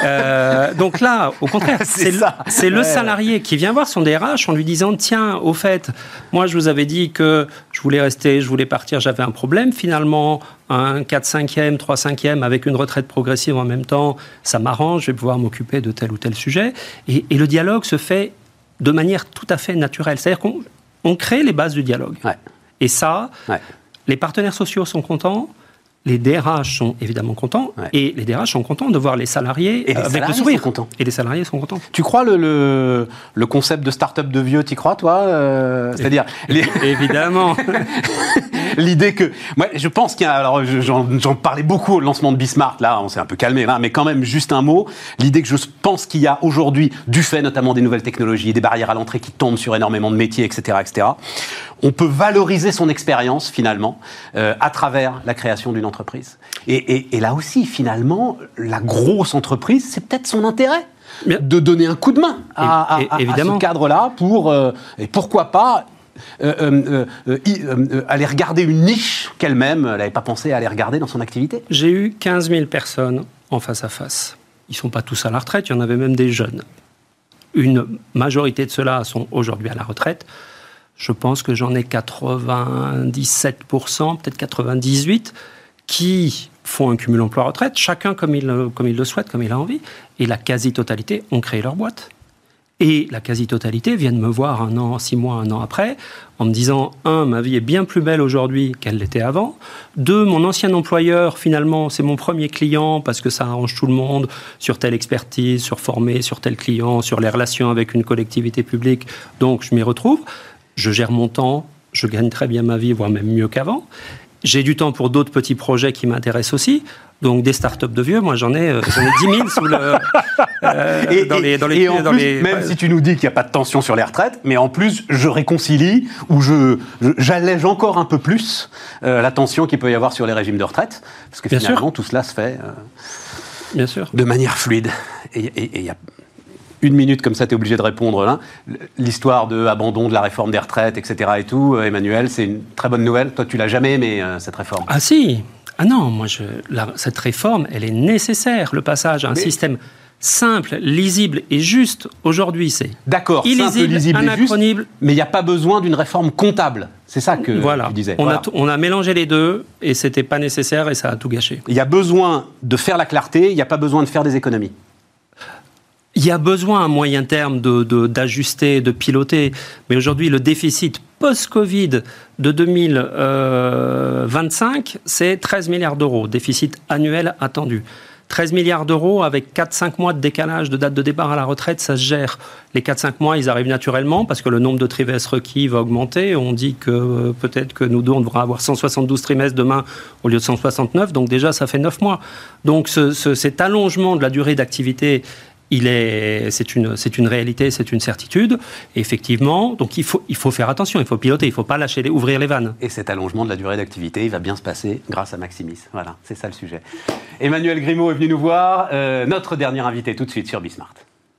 Euh, donc là, au contraire, c'est, c'est, le, c'est le ouais. salarié qui vient voir son D R H en lui disant « Tiens, au fait, moi, je vous avais dit que je voulais rester, je voulais partir, j'avais un problème. Finalement, un quatre cinquième, trois cinquième avec une retraite progressive en même temps, ça m'arrange, je vais pouvoir m'occuper de tel ou tel sujet. » Et, et le dialogue se fait de manière tout à fait naturelle. C'est-à-dire qu'on on crée les bases du dialogue. Ouais. Et ça... Ouais. Les partenaires sociaux sont contents, les D R H sont évidemment contents, ouais. et les D R H sont contents de voir les salariés
et les
avec
salariés
le sourire.
Sont contents.
Et les salariés sont contents.
Tu crois le, le, le concept de start-up de vieux, t'y crois, toi euh, C'est-à-dire... Les...
Évidemment.
L'idée que... Moi, je pense qu'il y a... Alors, j'en, j'en parlais beaucoup au lancement de Bismart, là, on s'est un peu calmé, là, mais quand même, juste un mot. L'idée que je pense qu'il y a aujourd'hui, du fait notamment des nouvelles technologies, des barrières à l'entrée qui tombent sur énormément de métiers, et cetera, et cetera, on peut valoriser son expérience, finalement, euh, à travers la création d'une entreprise. Et, et, et là aussi, finalement, la grosse entreprise, c'est peut-être son intérêt. Bien. De donner un coup de main à, à, à, à ce cadre-là pour, euh, et pourquoi pas, euh, euh, euh, euh, aller regarder une niche qu'elle-même n'avait pas pensé à aller regarder dans son activité.
J'ai eu quinze mille personnes en face à face. Ils ne sont pas tous à la retraite, il y en avait même des jeunes. Une majorité de ceux-là sont aujourd'hui à la retraite. Je pense que j'en ai quatre-vingt-dix-sept pour cent, peut-être quatre-vingt-dix-huit pour cent, qui font un cumul emploi-retraite, chacun comme il, comme il le souhaite, comme il a envie, et la quasi-totalité ont créé leur boîte. Et la quasi-totalité viennent me voir un an, six mois, un an après, en me disant, un, ma vie est bien plus belle aujourd'hui qu'elle l'était avant, deux, mon ancien employeur, finalement, c'est mon premier client, parce que ça arrange tout le monde, sur telle expertise, sur former, sur tel client, sur les relations avec une collectivité publique, donc je m'y retrouve, je gère mon temps, je gagne très bien ma vie, voire même mieux qu'avant. J'ai du temps pour d'autres petits projets qui m'intéressent aussi. Donc, des startups de vieux, moi, j'en ai, euh, j'en ai dix mille sous le, euh,
et,
dans les... Dans les,
et en
dans
plus,
les,
même
ouais.
si tu nous dis qu'il n'y a pas de tension sur les retraites, mais en plus, je réconcilie ou je, je, j'allège encore un peu plus euh, la tension qu'il peut y avoir sur les régimes de retraite. Parce que
Bien
finalement,
sûr.
tout cela se fait euh,
Bien sûr.
de manière fluide. Et il y a... Une minute comme ça, tu es obligé de répondre là. L'histoire de abandon de la réforme des retraites, et cetera et tout, Emmanuel, c'est une très bonne nouvelle. Toi, tu l'as jamais aimé, euh, cette réforme.
Ah si. Ah non, moi, je, la, cette réforme, elle est nécessaire. Le passage à un Mais... système simple, lisible et juste, aujourd'hui, c'est
D'accord,
illisible,
simple, lisible et juste, mais il n'y a pas besoin d'une réforme comptable. C'est ça que
voilà.
tu disais.
On,
voilà.
a t- on a mélangé les deux et c'était pas nécessaire et ça a tout gâché.
Il y a besoin de faire la clarté, il n'y a pas besoin de faire des économies.
Il y a besoin à moyen terme de, de, d'ajuster, de piloter. Mais aujourd'hui, le déficit post-Covid de deux mille vingt-cinq, c'est treize milliards d'euros. Déficit annuel attendu. treize milliards d'euros avec quatre à cinq mois de décalage de date de départ à la retraite, ça se gère. Les quatre à cinq mois, ils arrivent naturellement parce que le nombre de trimestres requis va augmenter. On dit que euh, peut-être que nous deux, on devra avoir cent soixante-douze trimestres demain au lieu de cent soixante-neuf. Donc déjà, ça fait neuf mois. Donc ce, ce, cet allongement de la durée d'activité, Il est, c'est une, c'est une réalité, c'est une certitude. Et effectivement, donc il faut, il faut faire attention, il faut piloter, il ne faut pas lâcher les, ouvrir les vannes.
Et cet allongement de la durée d'activité, il va bien se passer grâce à Maximis. Voilà, c'est ça le sujet. Emmanuel Grimaud est venu nous voir, euh, notre dernier invité tout de suite sur Bismart.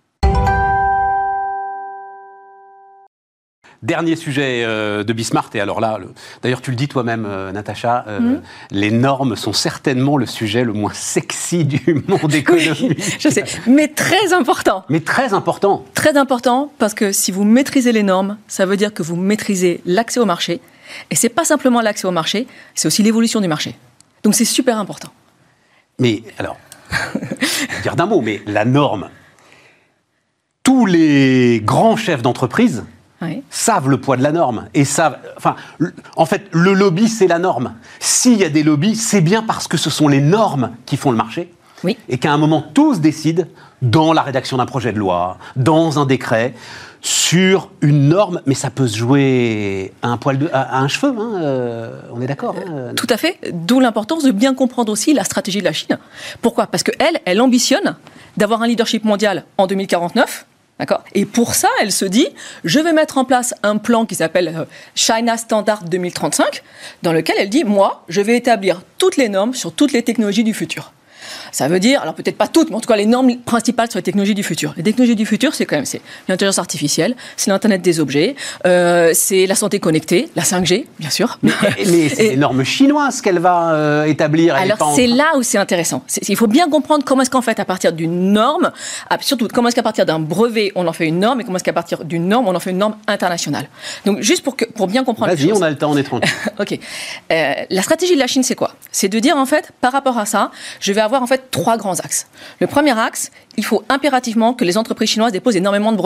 Dernier sujet euh, de Bismart, et alors là, le... d'ailleurs tu le dis toi-même, euh, Natacha, euh, mmh. les normes sont certainement le sujet le moins sexy du monde économique.
Oui, je sais, mais très important.
Mais très important.
Très important, parce que si vous maîtrisez les normes, ça veut dire que vous maîtrisez l'accès au marché, et c'est pas simplement l'accès au marché, c'est aussi l'évolution du marché. Donc c'est super important.
Mais alors, je vais dire d'un mot, mais la norme, tous les grands chefs d'entreprise oui. savent le poids de la norme et savent. Enfin, en fait, le lobby, c'est la norme. S'il y a des lobbies, c'est bien parce que ce sont les normes qui font le marché.
Oui.
Et qu'à un moment, tous décident, dans la rédaction d'un projet de loi, dans un décret, sur une norme, mais ça peut se jouer à un poil de, à, à un cheveu, hein, euh, on est d'accord hein,
Tout à fait, d'où l'importance de bien comprendre aussi la stratégie de la Chine. Pourquoi ? Parce qu'elle, elle ambitionne d'avoir un leadership mondial en deux mille quarante-neuf. D'accord ? Et pour ça, elle se dit, je vais mettre en place un plan qui s'appelle China Standard deux mille trente-cinq, dans lequel elle dit, moi, je vais établir toutes les normes sur toutes les technologies du futur. Ça veut dire, alors peut-être pas toutes, mais en tout cas les normes principales sur les technologies du futur. Les technologies du futur, c'est quand même c'est l'intelligence artificielle, c'est l'Internet des objets, euh, c'est la santé connectée, la cinq G, bien sûr.
Mais, mais c'est et, les normes chinoises qu'elle va euh, établir. Elle
alors c'est là où c'est intéressant. C'est, il faut bien comprendre comment est-ce qu'en fait, à partir d'une norme, surtout comment est-ce qu'à partir d'un brevet, on en fait une norme, et comment est-ce qu'à partir d'une norme, on en fait une norme internationale. Donc juste pour, que, pour bien comprendre
Vas-y,
les choses.
on a le temps, on est tranquille.
Ok. Euh, la stratégie de la Chine, c'est quoi ? C'est de dire, en fait, par rapport à ça, je vais avoir en fait trois grands axes. Le premier axe, il faut impérativement que les entreprises chinoises déposent énormément de brevets.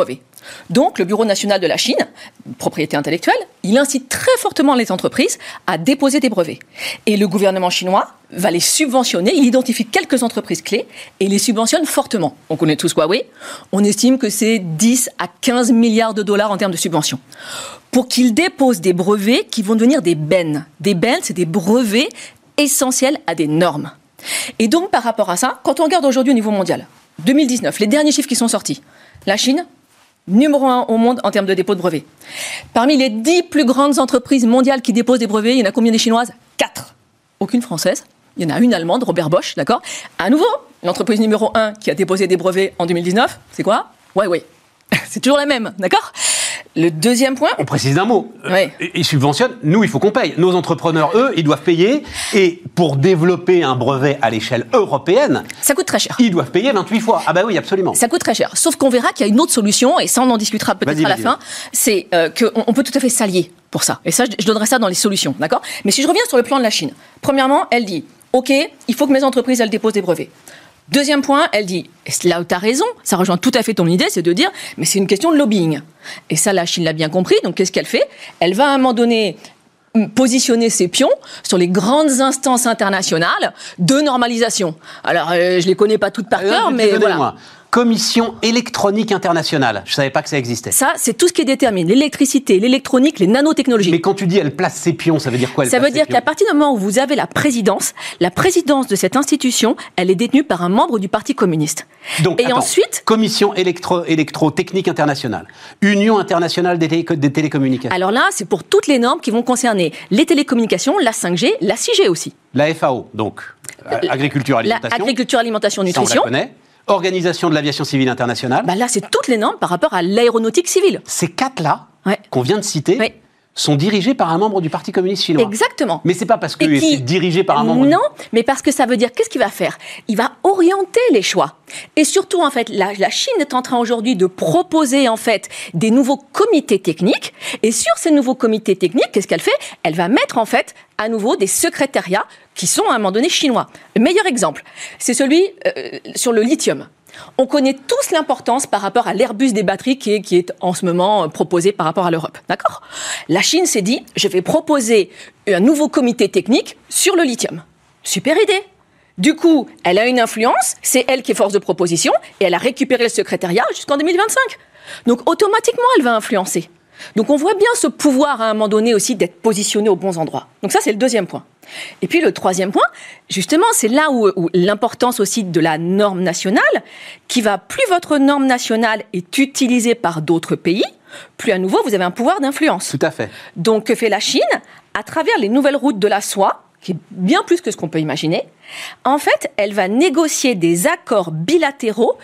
Donc, le Bureau national de la Chine, propriété intellectuelle, il incite très fortement les entreprises à déposer des brevets. Et le gouvernement chinois va les subventionner. Il identifie quelques entreprises clés et les subventionne fortement. On connaît tous Huawei. On estime que c'est dix à quinze milliards de dollars en termes de subventions. Pour qu'ils déposent des brevets qui vont devenir des B E N. Des B E N, c'est des brevets essentiels à des normes. Et donc, par rapport à ça, quand on regarde aujourd'hui au niveau mondial, deux mille dix-neuf, les derniers chiffres qui sont sortis, la Chine, numéro un au monde en termes de dépôt de brevets. Parmi les dix plus grandes entreprises mondiales qui déposent des brevets, il y en a combien des chinoises ? Quatre. Aucune française. Il y en a une allemande, Robert Bosch, d'accord ? À nouveau, l'entreprise numéro un qui a déposé des brevets en deux mille dix-neuf, c'est quoi ? Huawei. C'est toujours la même, d'accord ? Le deuxième point...
On précise d'un mot.
Oui.
Ils subventionnent, nous, il faut qu'on paye. Nos entrepreneurs, eux, ils doivent payer. Et pour développer un brevet à l'échelle européenne...
Ça coûte très cher.
Ils doivent payer vingt-huit fois. Ah bah oui, absolument.
Ça coûte très cher. Sauf qu'on verra qu'il y a une autre solution, et ça, on en discutera peut-être
Vas-y,
à la
vas-y.
fin, c'est euh, qu'on on peut tout à fait s'allier pour ça. Et ça, je, je donnerai ça dans les solutions, d'accord ? Mais si je reviens sur le plan de la Chine, premièrement, elle dit, OK, il faut que mes entreprises, elles déposent des brevets. Deuxième point, elle dit, et là où tu as raison, ça rejoint tout à fait ton idée, c'est de dire, mais c'est une question de lobbying. Et ça, la Chine l'a bien compris, donc qu'est-ce qu'elle fait ? Elle va à un moment donné positionner ses pions sur les grandes instances internationales de normalisation. Alors, euh, je les connais pas toutes par
Euh,
cœur,
je vais te
mais
donner,
voilà.
moi. Commission électronique internationale. Je savais pas que ça existait.
Ça, c'est tout ce qui détermine l'électricité, l'électronique, les nanotechnologies.
Mais quand tu dis elle place ses pions, ça veut dire quoi elle
Ça
place
veut dire
ses
qu'à
pions
partir du moment où vous avez la présidence, la présidence de cette institution, elle est détenue par un membre du Parti communiste.
Donc,
Et
attends,
ensuite,
Commission électro, électrotechnique internationale, Union internationale des, télé- des télécommunications,
alors là, c'est pour toutes les normes qui vont concerner les télécommunications, la cinq G, la six G aussi.
la F A O, donc euh, agriculture,
La
alimentation,
agriculture, alimentation,
ça, on la
nutrition.
connaît. Organisation de l'aviation civile internationale.
Bah là, c'est toutes les normes par rapport à l'aéronautique civile.
Ces quatre-là,
Ouais.
qu'on vient de citer,
Ouais.
sont dirigés par un membre du Parti communiste chinois.
Exactement.
Mais c'est pas parce que
Et qui-
c'est dirigé par un membre.
Non, mais parce que ça veut dire, qu'est-ce qu'il va faire ? Il va orienter les choix. Et surtout, en fait, la, la Chine est en train aujourd'hui de proposer, en fait, des nouveaux comités techniques. Et sur ces nouveaux comités techniques, qu'est-ce qu'elle fait ? Elle va mettre, en fait, à nouveau des secrétariats qui sont, à un moment donné, chinois. Le meilleur exemple, c'est celui euh, sur le lithium. On connaît tous l'importance par rapport à l'Airbus des batteries qui est, qui est en ce moment proposé par rapport à l'Europe. D'accord ? La Chine s'est dit, je vais proposer un nouveau comité technique sur le lithium. Super idée. Du coup, elle a une influence, c'est elle qui est force de proposition, et elle a récupéré le secrétariat jusqu'en deux mille vingt-cinq. Donc automatiquement, elle va influencer. Donc on voit bien ce pouvoir à un moment donné aussi d'être positionné aux bons endroits. Donc ça, c'est le deuxième point. Et puis le troisième point, justement, c'est là où, où l'importance aussi de la norme nationale, qui va, plus votre norme nationale est utilisée par d'autres pays, plus à nouveau vous avez un pouvoir d'influence.
Tout à fait.
Donc que fait la Chine ? À travers les nouvelles routes de la soie, qui est bien plus que ce qu'on peut imaginer, en fait, elle va négocier des accords bilatéraux,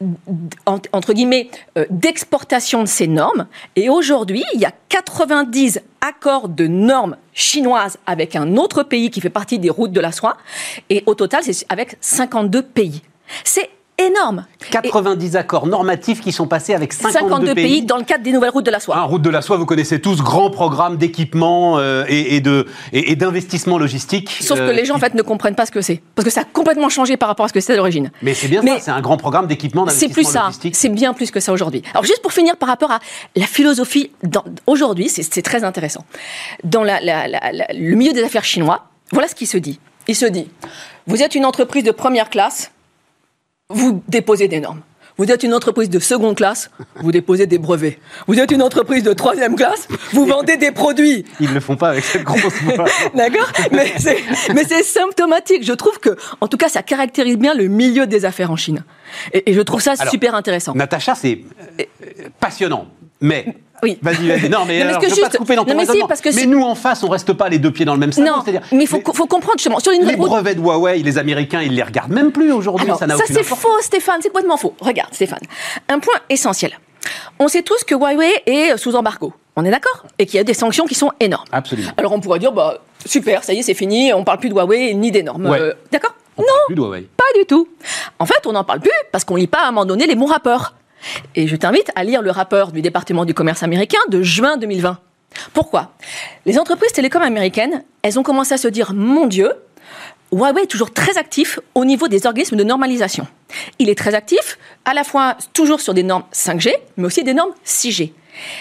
entre guillemets, euh, d'exportation de ces normes. Et aujourd'hui, il y a quatre-vingt-dix accords de normes chinoises avec un autre pays qui fait partie des routes de la soie. Et au total, c'est avec cinquante-deux pays. C'est énorme.
quatre-vingt-dix accords normatifs qui sont passés avec cinquante-deux,
cinquante-deux pays dans le cadre des nouvelles routes de la soie.
Hein, route de la soie, vous connaissez tous, grand programme d'équipement euh, et, et, de, et, et d'investissement logistique.
Sauf
euh,
que les gens, en fait, ne comprennent pas ce que c'est. Parce que ça a complètement changé par rapport à ce que c'était à l'origine.
Mais c'est bien
Mais
ça, c'est un grand programme d'équipement,
C'est
d'investissement
plus ça,
logistique.
c'est bien plus que ça aujourd'hui. Alors juste pour finir par rapport à la philosophie, dans- aujourd'hui, c'est, c'est très intéressant. Dans la- la- la- la- le milieu des affaires chinois, voilà ce qui se dit. Il se dit, vous êtes une entreprise de première classe, vous déposez des normes. Vous êtes une entreprise de seconde classe, vous déposez des brevets. Vous êtes une entreprise de troisième classe, vous vendez des produits.
Ils ne le font pas avec cette grosse voix.
D'accord ? Mais c'est, mais c'est symptomatique. Je trouve que, en tout cas, ça caractérise bien le milieu des affaires en Chine. Et, et je trouve ça
Alors,
super intéressant.
Natacha, c'est euh, passionnant. Mais.
Oui.
Vas-y, vas-y. Non, mais,
Non, mais
alors,
ce que
je veux
juste-
pas te couper dans ton
non, mais si,
raisonnement.
parce que
mais
c'est-
nous, en face, on reste pas les deux pieds dans le même sac.
Non,
C'est-à-dire,
mais il faut,
les,
faut comprendre justement, sur une
les
route...
brevets de Huawei, les Américains, ils les regardent même plus aujourd'hui.
Alors,
ça n'a
ça
aucune
c'est
importance.
faux, Stéphane, c'est complètement faux. Regarde, Stéphane, un point essentiel. On sait tous que Huawei est sous embargo. On est d'accord ? Et qu'il y a des sanctions qui sont énormes.
Absolument.
Alors on pourrait dire, bah super, ça y est, c'est fini, on parle plus de Huawei ni des normes.
Ouais.
Euh, d'accord ?
On parle plus de Huawei.
Pas du tout. En fait, on n'en parle plus parce qu'on lit pas à un moment donné les bons rapports. Et je t'invite à lire le rapport du département du commerce américain de juin deux mille vingt. Pourquoi ? Les entreprises télécoms américaines, elles ont commencé à se dire, mon Dieu, Huawei est toujours très actif au niveau des organismes de normalisation. Il est très actif à la fois toujours sur des normes cinq G, mais aussi des normes six G.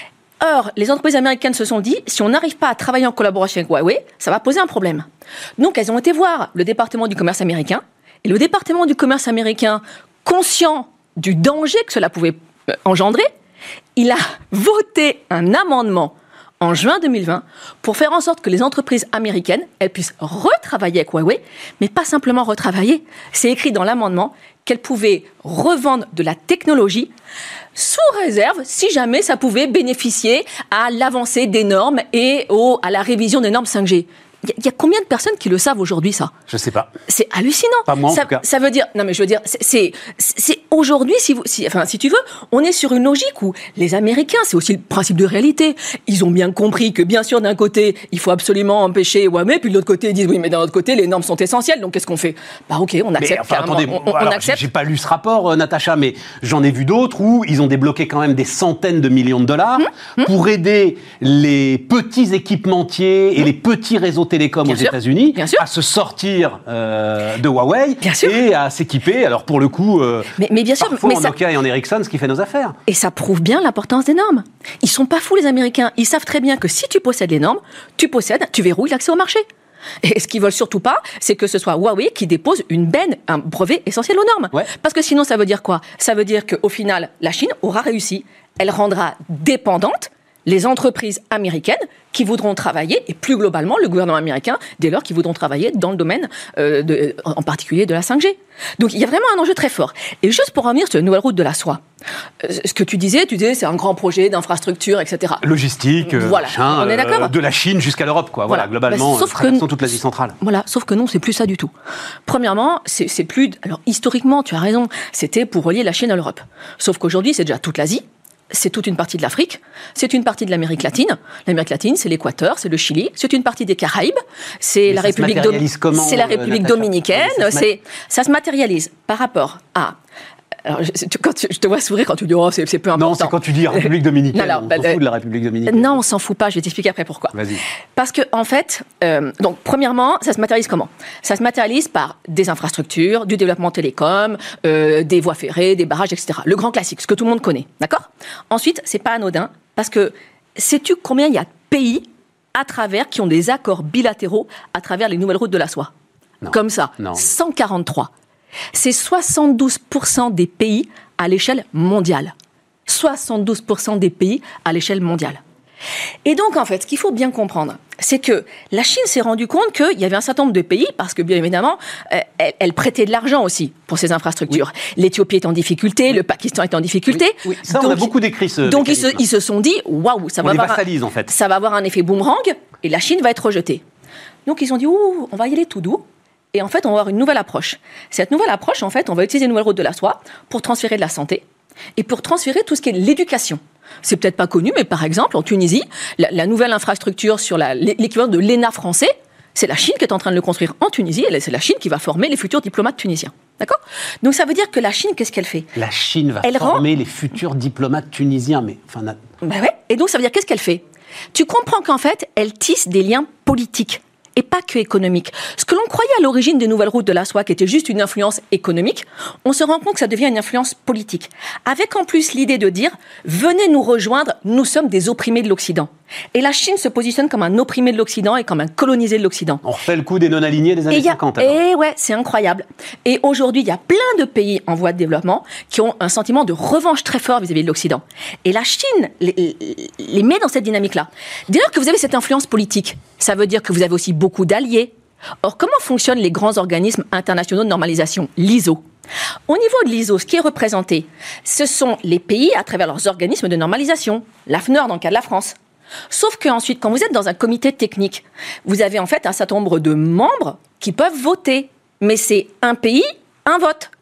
Or, les entreprises américaines se sont dit, si on n'arrive pas à travailler en collaboration avec Huawei, ça va poser un problème. Donc, elles ont été voir le département du commerce américain, et le département du commerce américain, conscient du danger que cela pouvait engendrer, il a voté un amendement en juin deux mille vingt pour faire en sorte que les entreprises américaines, elles puissent retravailler avec Huawei, mais pas simplement retravailler. C'est écrit dans l'amendement qu'elles pouvaient revendre de la technologie sous réserve si jamais ça pouvait bénéficier à l'avancée des normes et au, à la révision des normes cinq G. Il y a combien de personnes qui le savent aujourd'hui, ça ?
Je sais pas.
C'est hallucinant.
Pas moi, en
ça,
tout cas.
Ça veut dire, non mais je veux dire, c'est, c'est, c'est aujourd'hui, si, vous, si, enfin, si tu veux, on est sur une logique où les Américains, c'est aussi le principe de réalité. Ils ont bien compris que, bien sûr, d'un côté, il faut absolument empêcher Huawei, puis de l'autre côté, ils disent oui, mais d'un autre côté, les normes sont essentielles. Donc qu'est-ce qu'on fait ? Bah ok, on accepte.
Mais, enfin,
carrément.
attendez,
on, on,
alors,
on accepte.
J'ai pas lu ce rapport, euh, Natacha, mais j'en ai vu d'autres où ils ont débloqué quand même des centaines de millions de dollars mmh, pour mmh. aider les petits équipementiers et mmh. les petits réseaux télécoms bien aux sûr. États-Unis à se sortir euh, de Huawei et à s'équiper. Alors pour le coup, euh,
mais, mais bien sûr,
parfois
mais
en
ça...
Nokia et en Ericsson, ce qui fait nos affaires.
Et ça prouve bien l'importance des normes. Ils sont pas fous les Américains. Ils savent très bien que si tu possèdes les normes, tu possèdes, tu verrouilles l'accès au marché. Et ce qu'ils veulent surtout pas, c'est que ce soit Huawei qui dépose une benne, un brevet essentiel aux normes.
Ouais.
Parce que sinon, ça veut dire quoi ? Ça veut dire qu'au final, la Chine aura réussi. Elle rendra dépendante les entreprises américaines qui voudront travailler, et plus globalement le gouvernement américain, dès lors qu'ils voudront travailler dans le domaine, euh, de, en particulier de la cinq G. Donc il y a vraiment un enjeu très fort. Et juste pour revenir sur la nouvelle route de la soie, euh, ce que tu disais, tu disais c'est un grand projet d'infrastructure, et cetera.
Logistique,
voilà.
machin,
on est d'accord.
Euh, de la Chine jusqu'à l'Europe, quoi. Voilà,
voilà.
globalement,
bah,
traversant toute l'Asie centrale.
Voilà, sauf que non, c'est plus ça du tout. Premièrement, c'est, c'est plus... Alors historiquement, tu as raison, c'était pour relier la Chine à l'Europe. Sauf qu'aujourd'hui, c'est déjà toute l'Asie. C'est toute une partie de l'Afrique, c'est une partie de l'Amérique latine. L'Amérique latine, c'est l'Équateur, c'est le Chili, c'est une partie des Caraïbes, c'est
Mais
la
ça
République,
se matérialise
Dom...
comment,
c'est la
euh,
République
Natacha
dominicaine.
ça, se
c'est... ça se matérialise par rapport à... Alors, je, quand tu, je te vois sourire quand tu dis oh, c'est, c'est peu important.
Non, c'est quand tu dis République dominicaine.
non, non,
on
bah,
s'en fout de la République dominicaine.
Non, on s'en fout pas. Je vais t'expliquer après pourquoi.
Vas-y.
Parce que en fait, euh, donc premièrement, ça se matérialise comment ? Ça se matérialise par des infrastructures, du développement télécom, euh, des voies ferrées, des barrages, et cetera. Le grand classique, ce que tout le monde connaît, d'accord ? Ensuite, c'est pas anodin parce que sais-tu combien il y a de pays à travers qui ont des accords bilatéraux à travers les nouvelles routes de la soie ?
Non.
Comme ça,
non.
cent quarante-trois. C'est soixante-douze pour cent des pays à l'échelle mondiale. soixante-douze pour cent des pays à l'échelle mondiale. Et donc, en fait, ce qu'il faut bien comprendre, c'est que la Chine s'est rendue compte qu'il y avait un certain nombre de pays, parce que bien évidemment, euh, elle, elle prêtait de l'argent aussi pour ces infrastructures. Oui. L'Éthiopie est en difficulté, oui. le Pakistan est en difficulté.
Oui, oui. Ça,
donc,
on a beaucoup décrit ce
Donc, ils se, ils se sont dit, waouh, ça, va avoir un,
en fait.
ça va avoir un effet boomerang, et la Chine va être rejetée. Donc, ils ont dit, ouh, on va y aller tout doux. Et en fait, on va avoir une nouvelle approche. Cette nouvelle approche, en fait, on va utiliser une nouvelle route de la soie pour transférer de la santé et pour transférer tout ce qui est l'éducation. C'est peut-être pas connu, mais par exemple, en Tunisie, la, la nouvelle infrastructure sur la, l'équivalent de l'E N A français, c'est la Chine qui est en train de le construire en Tunisie, et c'est la Chine qui va former les futurs diplomates tunisiens. D'accord ? Donc ça veut dire que la Chine, qu'est-ce qu'elle fait ?
La Chine va
elle
former
rend...
les futurs diplomates tunisiens, mais enfin. Na...
Ben ouais. Et donc ça veut dire qu'est-ce qu'elle fait ? Tu comprends qu'en fait, elle tisse des liens politiques. Et pas que économique. Ce que l'on croyait à l'origine des nouvelles routes de la soie, qui était juste une influence économique, on se rend compte que ça devient une influence politique. Avec en plus l'idée de dire « Venez nous rejoindre, nous sommes des opprimés de l'Occident ». Et la Chine se positionne comme un opprimé de l'Occident et comme un colonisé de l'Occident.
On refait le coup des non-alignés des années
et a,
cinquante.
Et ouais, c'est incroyable. Et aujourd'hui, il y a plein de pays en voie de développement qui ont un sentiment de revanche très fort vis-à-vis de l'Occident. Et la Chine les, les met dans cette dynamique-là. Dès lors que vous avez cette influence politique, ça veut dire que vous avez aussi beaucoup d'alliés. Or, comment fonctionnent les grands organismes internationaux de normalisation ? L'I S O. Au niveau de l'I S O, ce qui est représenté, ce sont les pays à travers leurs organismes de normalisation. L'A F N O R dans le cas de la France. Sauf qu'ensuite, quand vous êtes dans un comité technique, vous avez en fait un certain nombre de membres qui peuvent voter. Mais c'est un pays, un vote.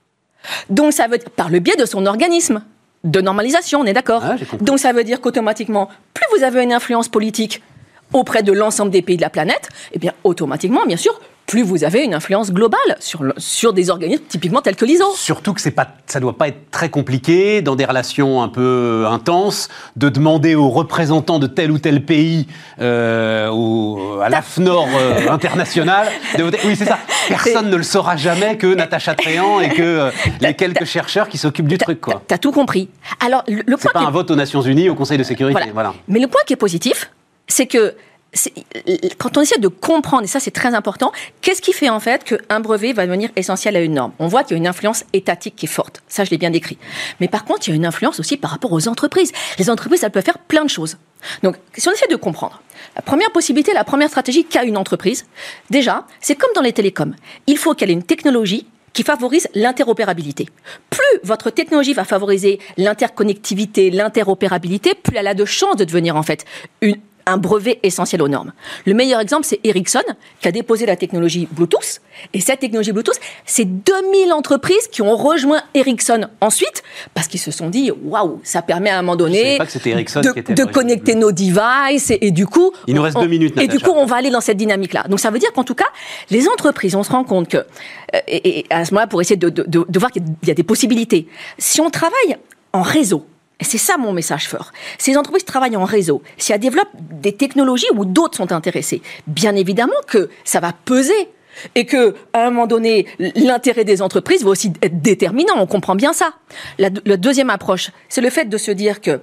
Donc ça veut dire, par le biais de son organisme de normalisation, on est d'accord ?
Ah,
donc ça veut dire qu'automatiquement, plus vous avez une influence politique auprès de l'ensemble des pays de la planète, eh bien automatiquement, bien sûr, plus vous avez une influence globale sur, le, sur des organismes typiquement tels que l'I S O.
Surtout que c'est pas, ça ne doit pas être très compliqué, dans des relations un peu intenses, de demander aux représentants de tel ou tel pays, euh, au, à l'A F N O R euh, international, de voter. Oui, c'est ça. Personne ne le saura jamais que Natacha Tréant et que euh, les quelques chercheurs qui s'occupent du truc, quoi.
T'as tout compris. Alors, le, le
c'est pas un
est...
vote aux Nations Unies, au Conseil de sécurité.
Voilà.
Voilà.
Mais le point qui est positif, c'est que c'est, quand on essaie de comprendre, et ça c'est très important, qu'est-ce qui fait en fait qu'un brevet va devenir essentiel à une norme? On voit qu'il y a une influence étatique qui est forte. Ça, je l'ai bien décrit. Mais par contre, il y a une influence aussi par rapport aux entreprises. Les entreprises, elles peuvent faire plein de choses. Donc, si on essaie de comprendre, la première possibilité, la première stratégie qu'a une entreprise, déjà, c'est comme dans les télécoms. Il faut qu'elle ait une technologie qui favorise l'interopérabilité. Plus votre technologie va favoriser l'interconnectivité, l'interopérabilité, plus elle a de chances de devenir en fait une un brevet essentiel aux normes. Le meilleur exemple, c'est Ericsson, qui a déposé la technologie Bluetooth. Et cette technologie Bluetooth, c'est deux mille entreprises qui ont rejoint Ericsson ensuite, parce qu'ils se sont dit, waouh, ça permet à un moment donné
pas que c'était Ericsson
de,
qui était
de connecter nos devices. Et, et du coup,
il nous reste
on,
deux minutes,
Et
Natacha.
du coup, on va aller dans cette dynamique-là. Donc, ça veut dire qu'en tout cas, les entreprises, on se rend compte que, euh, et, et à ce moment-là, pour essayer de, de, de, de voir qu'il y a des possibilités, si on travaille en réseau, et c'est ça mon message fort. Ces entreprises travaillent en réseau. Si elles développent des technologies où d'autres sont intéressés, bien évidemment que ça va peser. Et que, à un moment donné, l'intérêt des entreprises va aussi être déterminant. On comprend bien ça. La, la deuxième approche, c'est le fait de se dire que,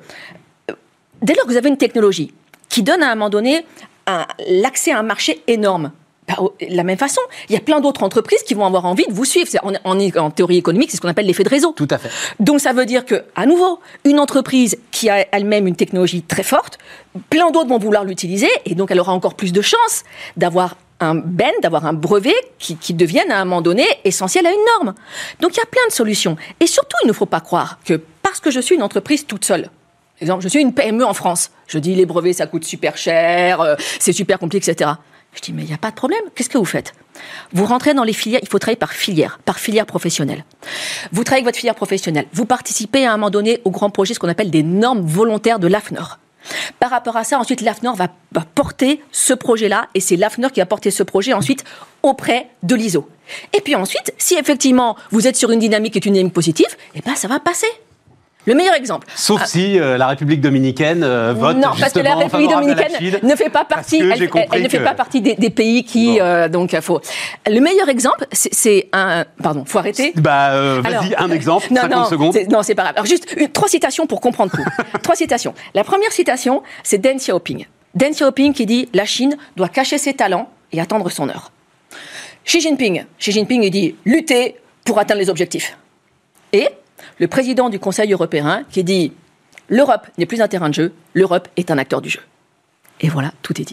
dès lors que vous avez une technologie qui donne à un moment donné un, l'accès à un marché énorme, de la même façon, il y a plein d'autres entreprises qui vont avoir envie de vous suivre. C'est, en, en, en théorie économique, c'est ce qu'on appelle l'effet de réseau.
Tout à fait.
Donc ça veut dire que, à nouveau, une entreprise qui a elle-même une technologie très forte, plein d'autres vont vouloir l'utiliser, et donc elle aura encore plus de chances d'avoir un B E N, d'avoir un brevet qui, qui devienne à un moment donné essentiel à une norme. Donc il y a plein de solutions. Et surtout, il ne faut pas croire que parce que je suis une entreprise toute seule, par exemple, je suis une P M E en France, je dis les brevets ça coûte super cher, euh, c'est super compliqué, et cetera. Je dis, mais il n'y a pas de problème. Qu'est-ce que vous faites? Vous rentrez dans les filières, il faut travailler par filière, par filière professionnelle. Vous travaillez avec votre filière professionnelle. Vous participez à un moment donné au grand projet, ce qu'on appelle des normes volontaires de l'A F N O R. Par rapport à ça, ensuite, l'A F N O R va, va porter ce projet-là, et c'est l'A F N O R qui va porter ce projet ensuite auprès de l'I S O. Et puis ensuite, si effectivement vous êtes sur une dynamique qui est une dynamique positive, eh ben ça va passer. Le meilleur exemple.
Sauf
ah,
si euh, la République dominicaine euh, vote
non, parce que la République dominicaine ne fait pas partie. Elle, elle, elle ne fait que... pas partie des, des pays qui bon. euh, donc faut. Le meilleur exemple, c'est, c'est un. Pardon, faut arrêter.
Bah euh, vas-y, alors, un exemple.
Non,
cinquante
non,
secondes.
C'est, non, c'est pas grave. Alors juste une, trois citations pour comprendre tout. Trois citations. La première citation, c'est Deng Xiaoping. Deng Xiaoping qui dit la Chine doit cacher ses talents et attendre son heure. Xi Jinping. Xi Jinping il dit lutter pour atteindre les objectifs. Et le président du Conseil européen qui dit « L'Europe n'est plus un terrain de jeu, l'Europe est un acteur du jeu ». Et voilà, tout est dit.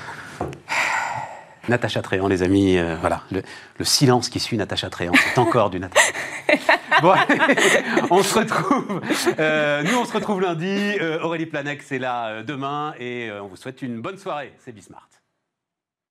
Natacha Tréant, les amis, euh, voilà, le, le silence qui suit Natacha Tréant, c'est encore du Natacha. Bon, on se retrouve, euh, nous on se retrouve lundi, euh, Aurélie Planex est là euh, demain, et euh, on vous souhaite une bonne soirée, c'est Bismart.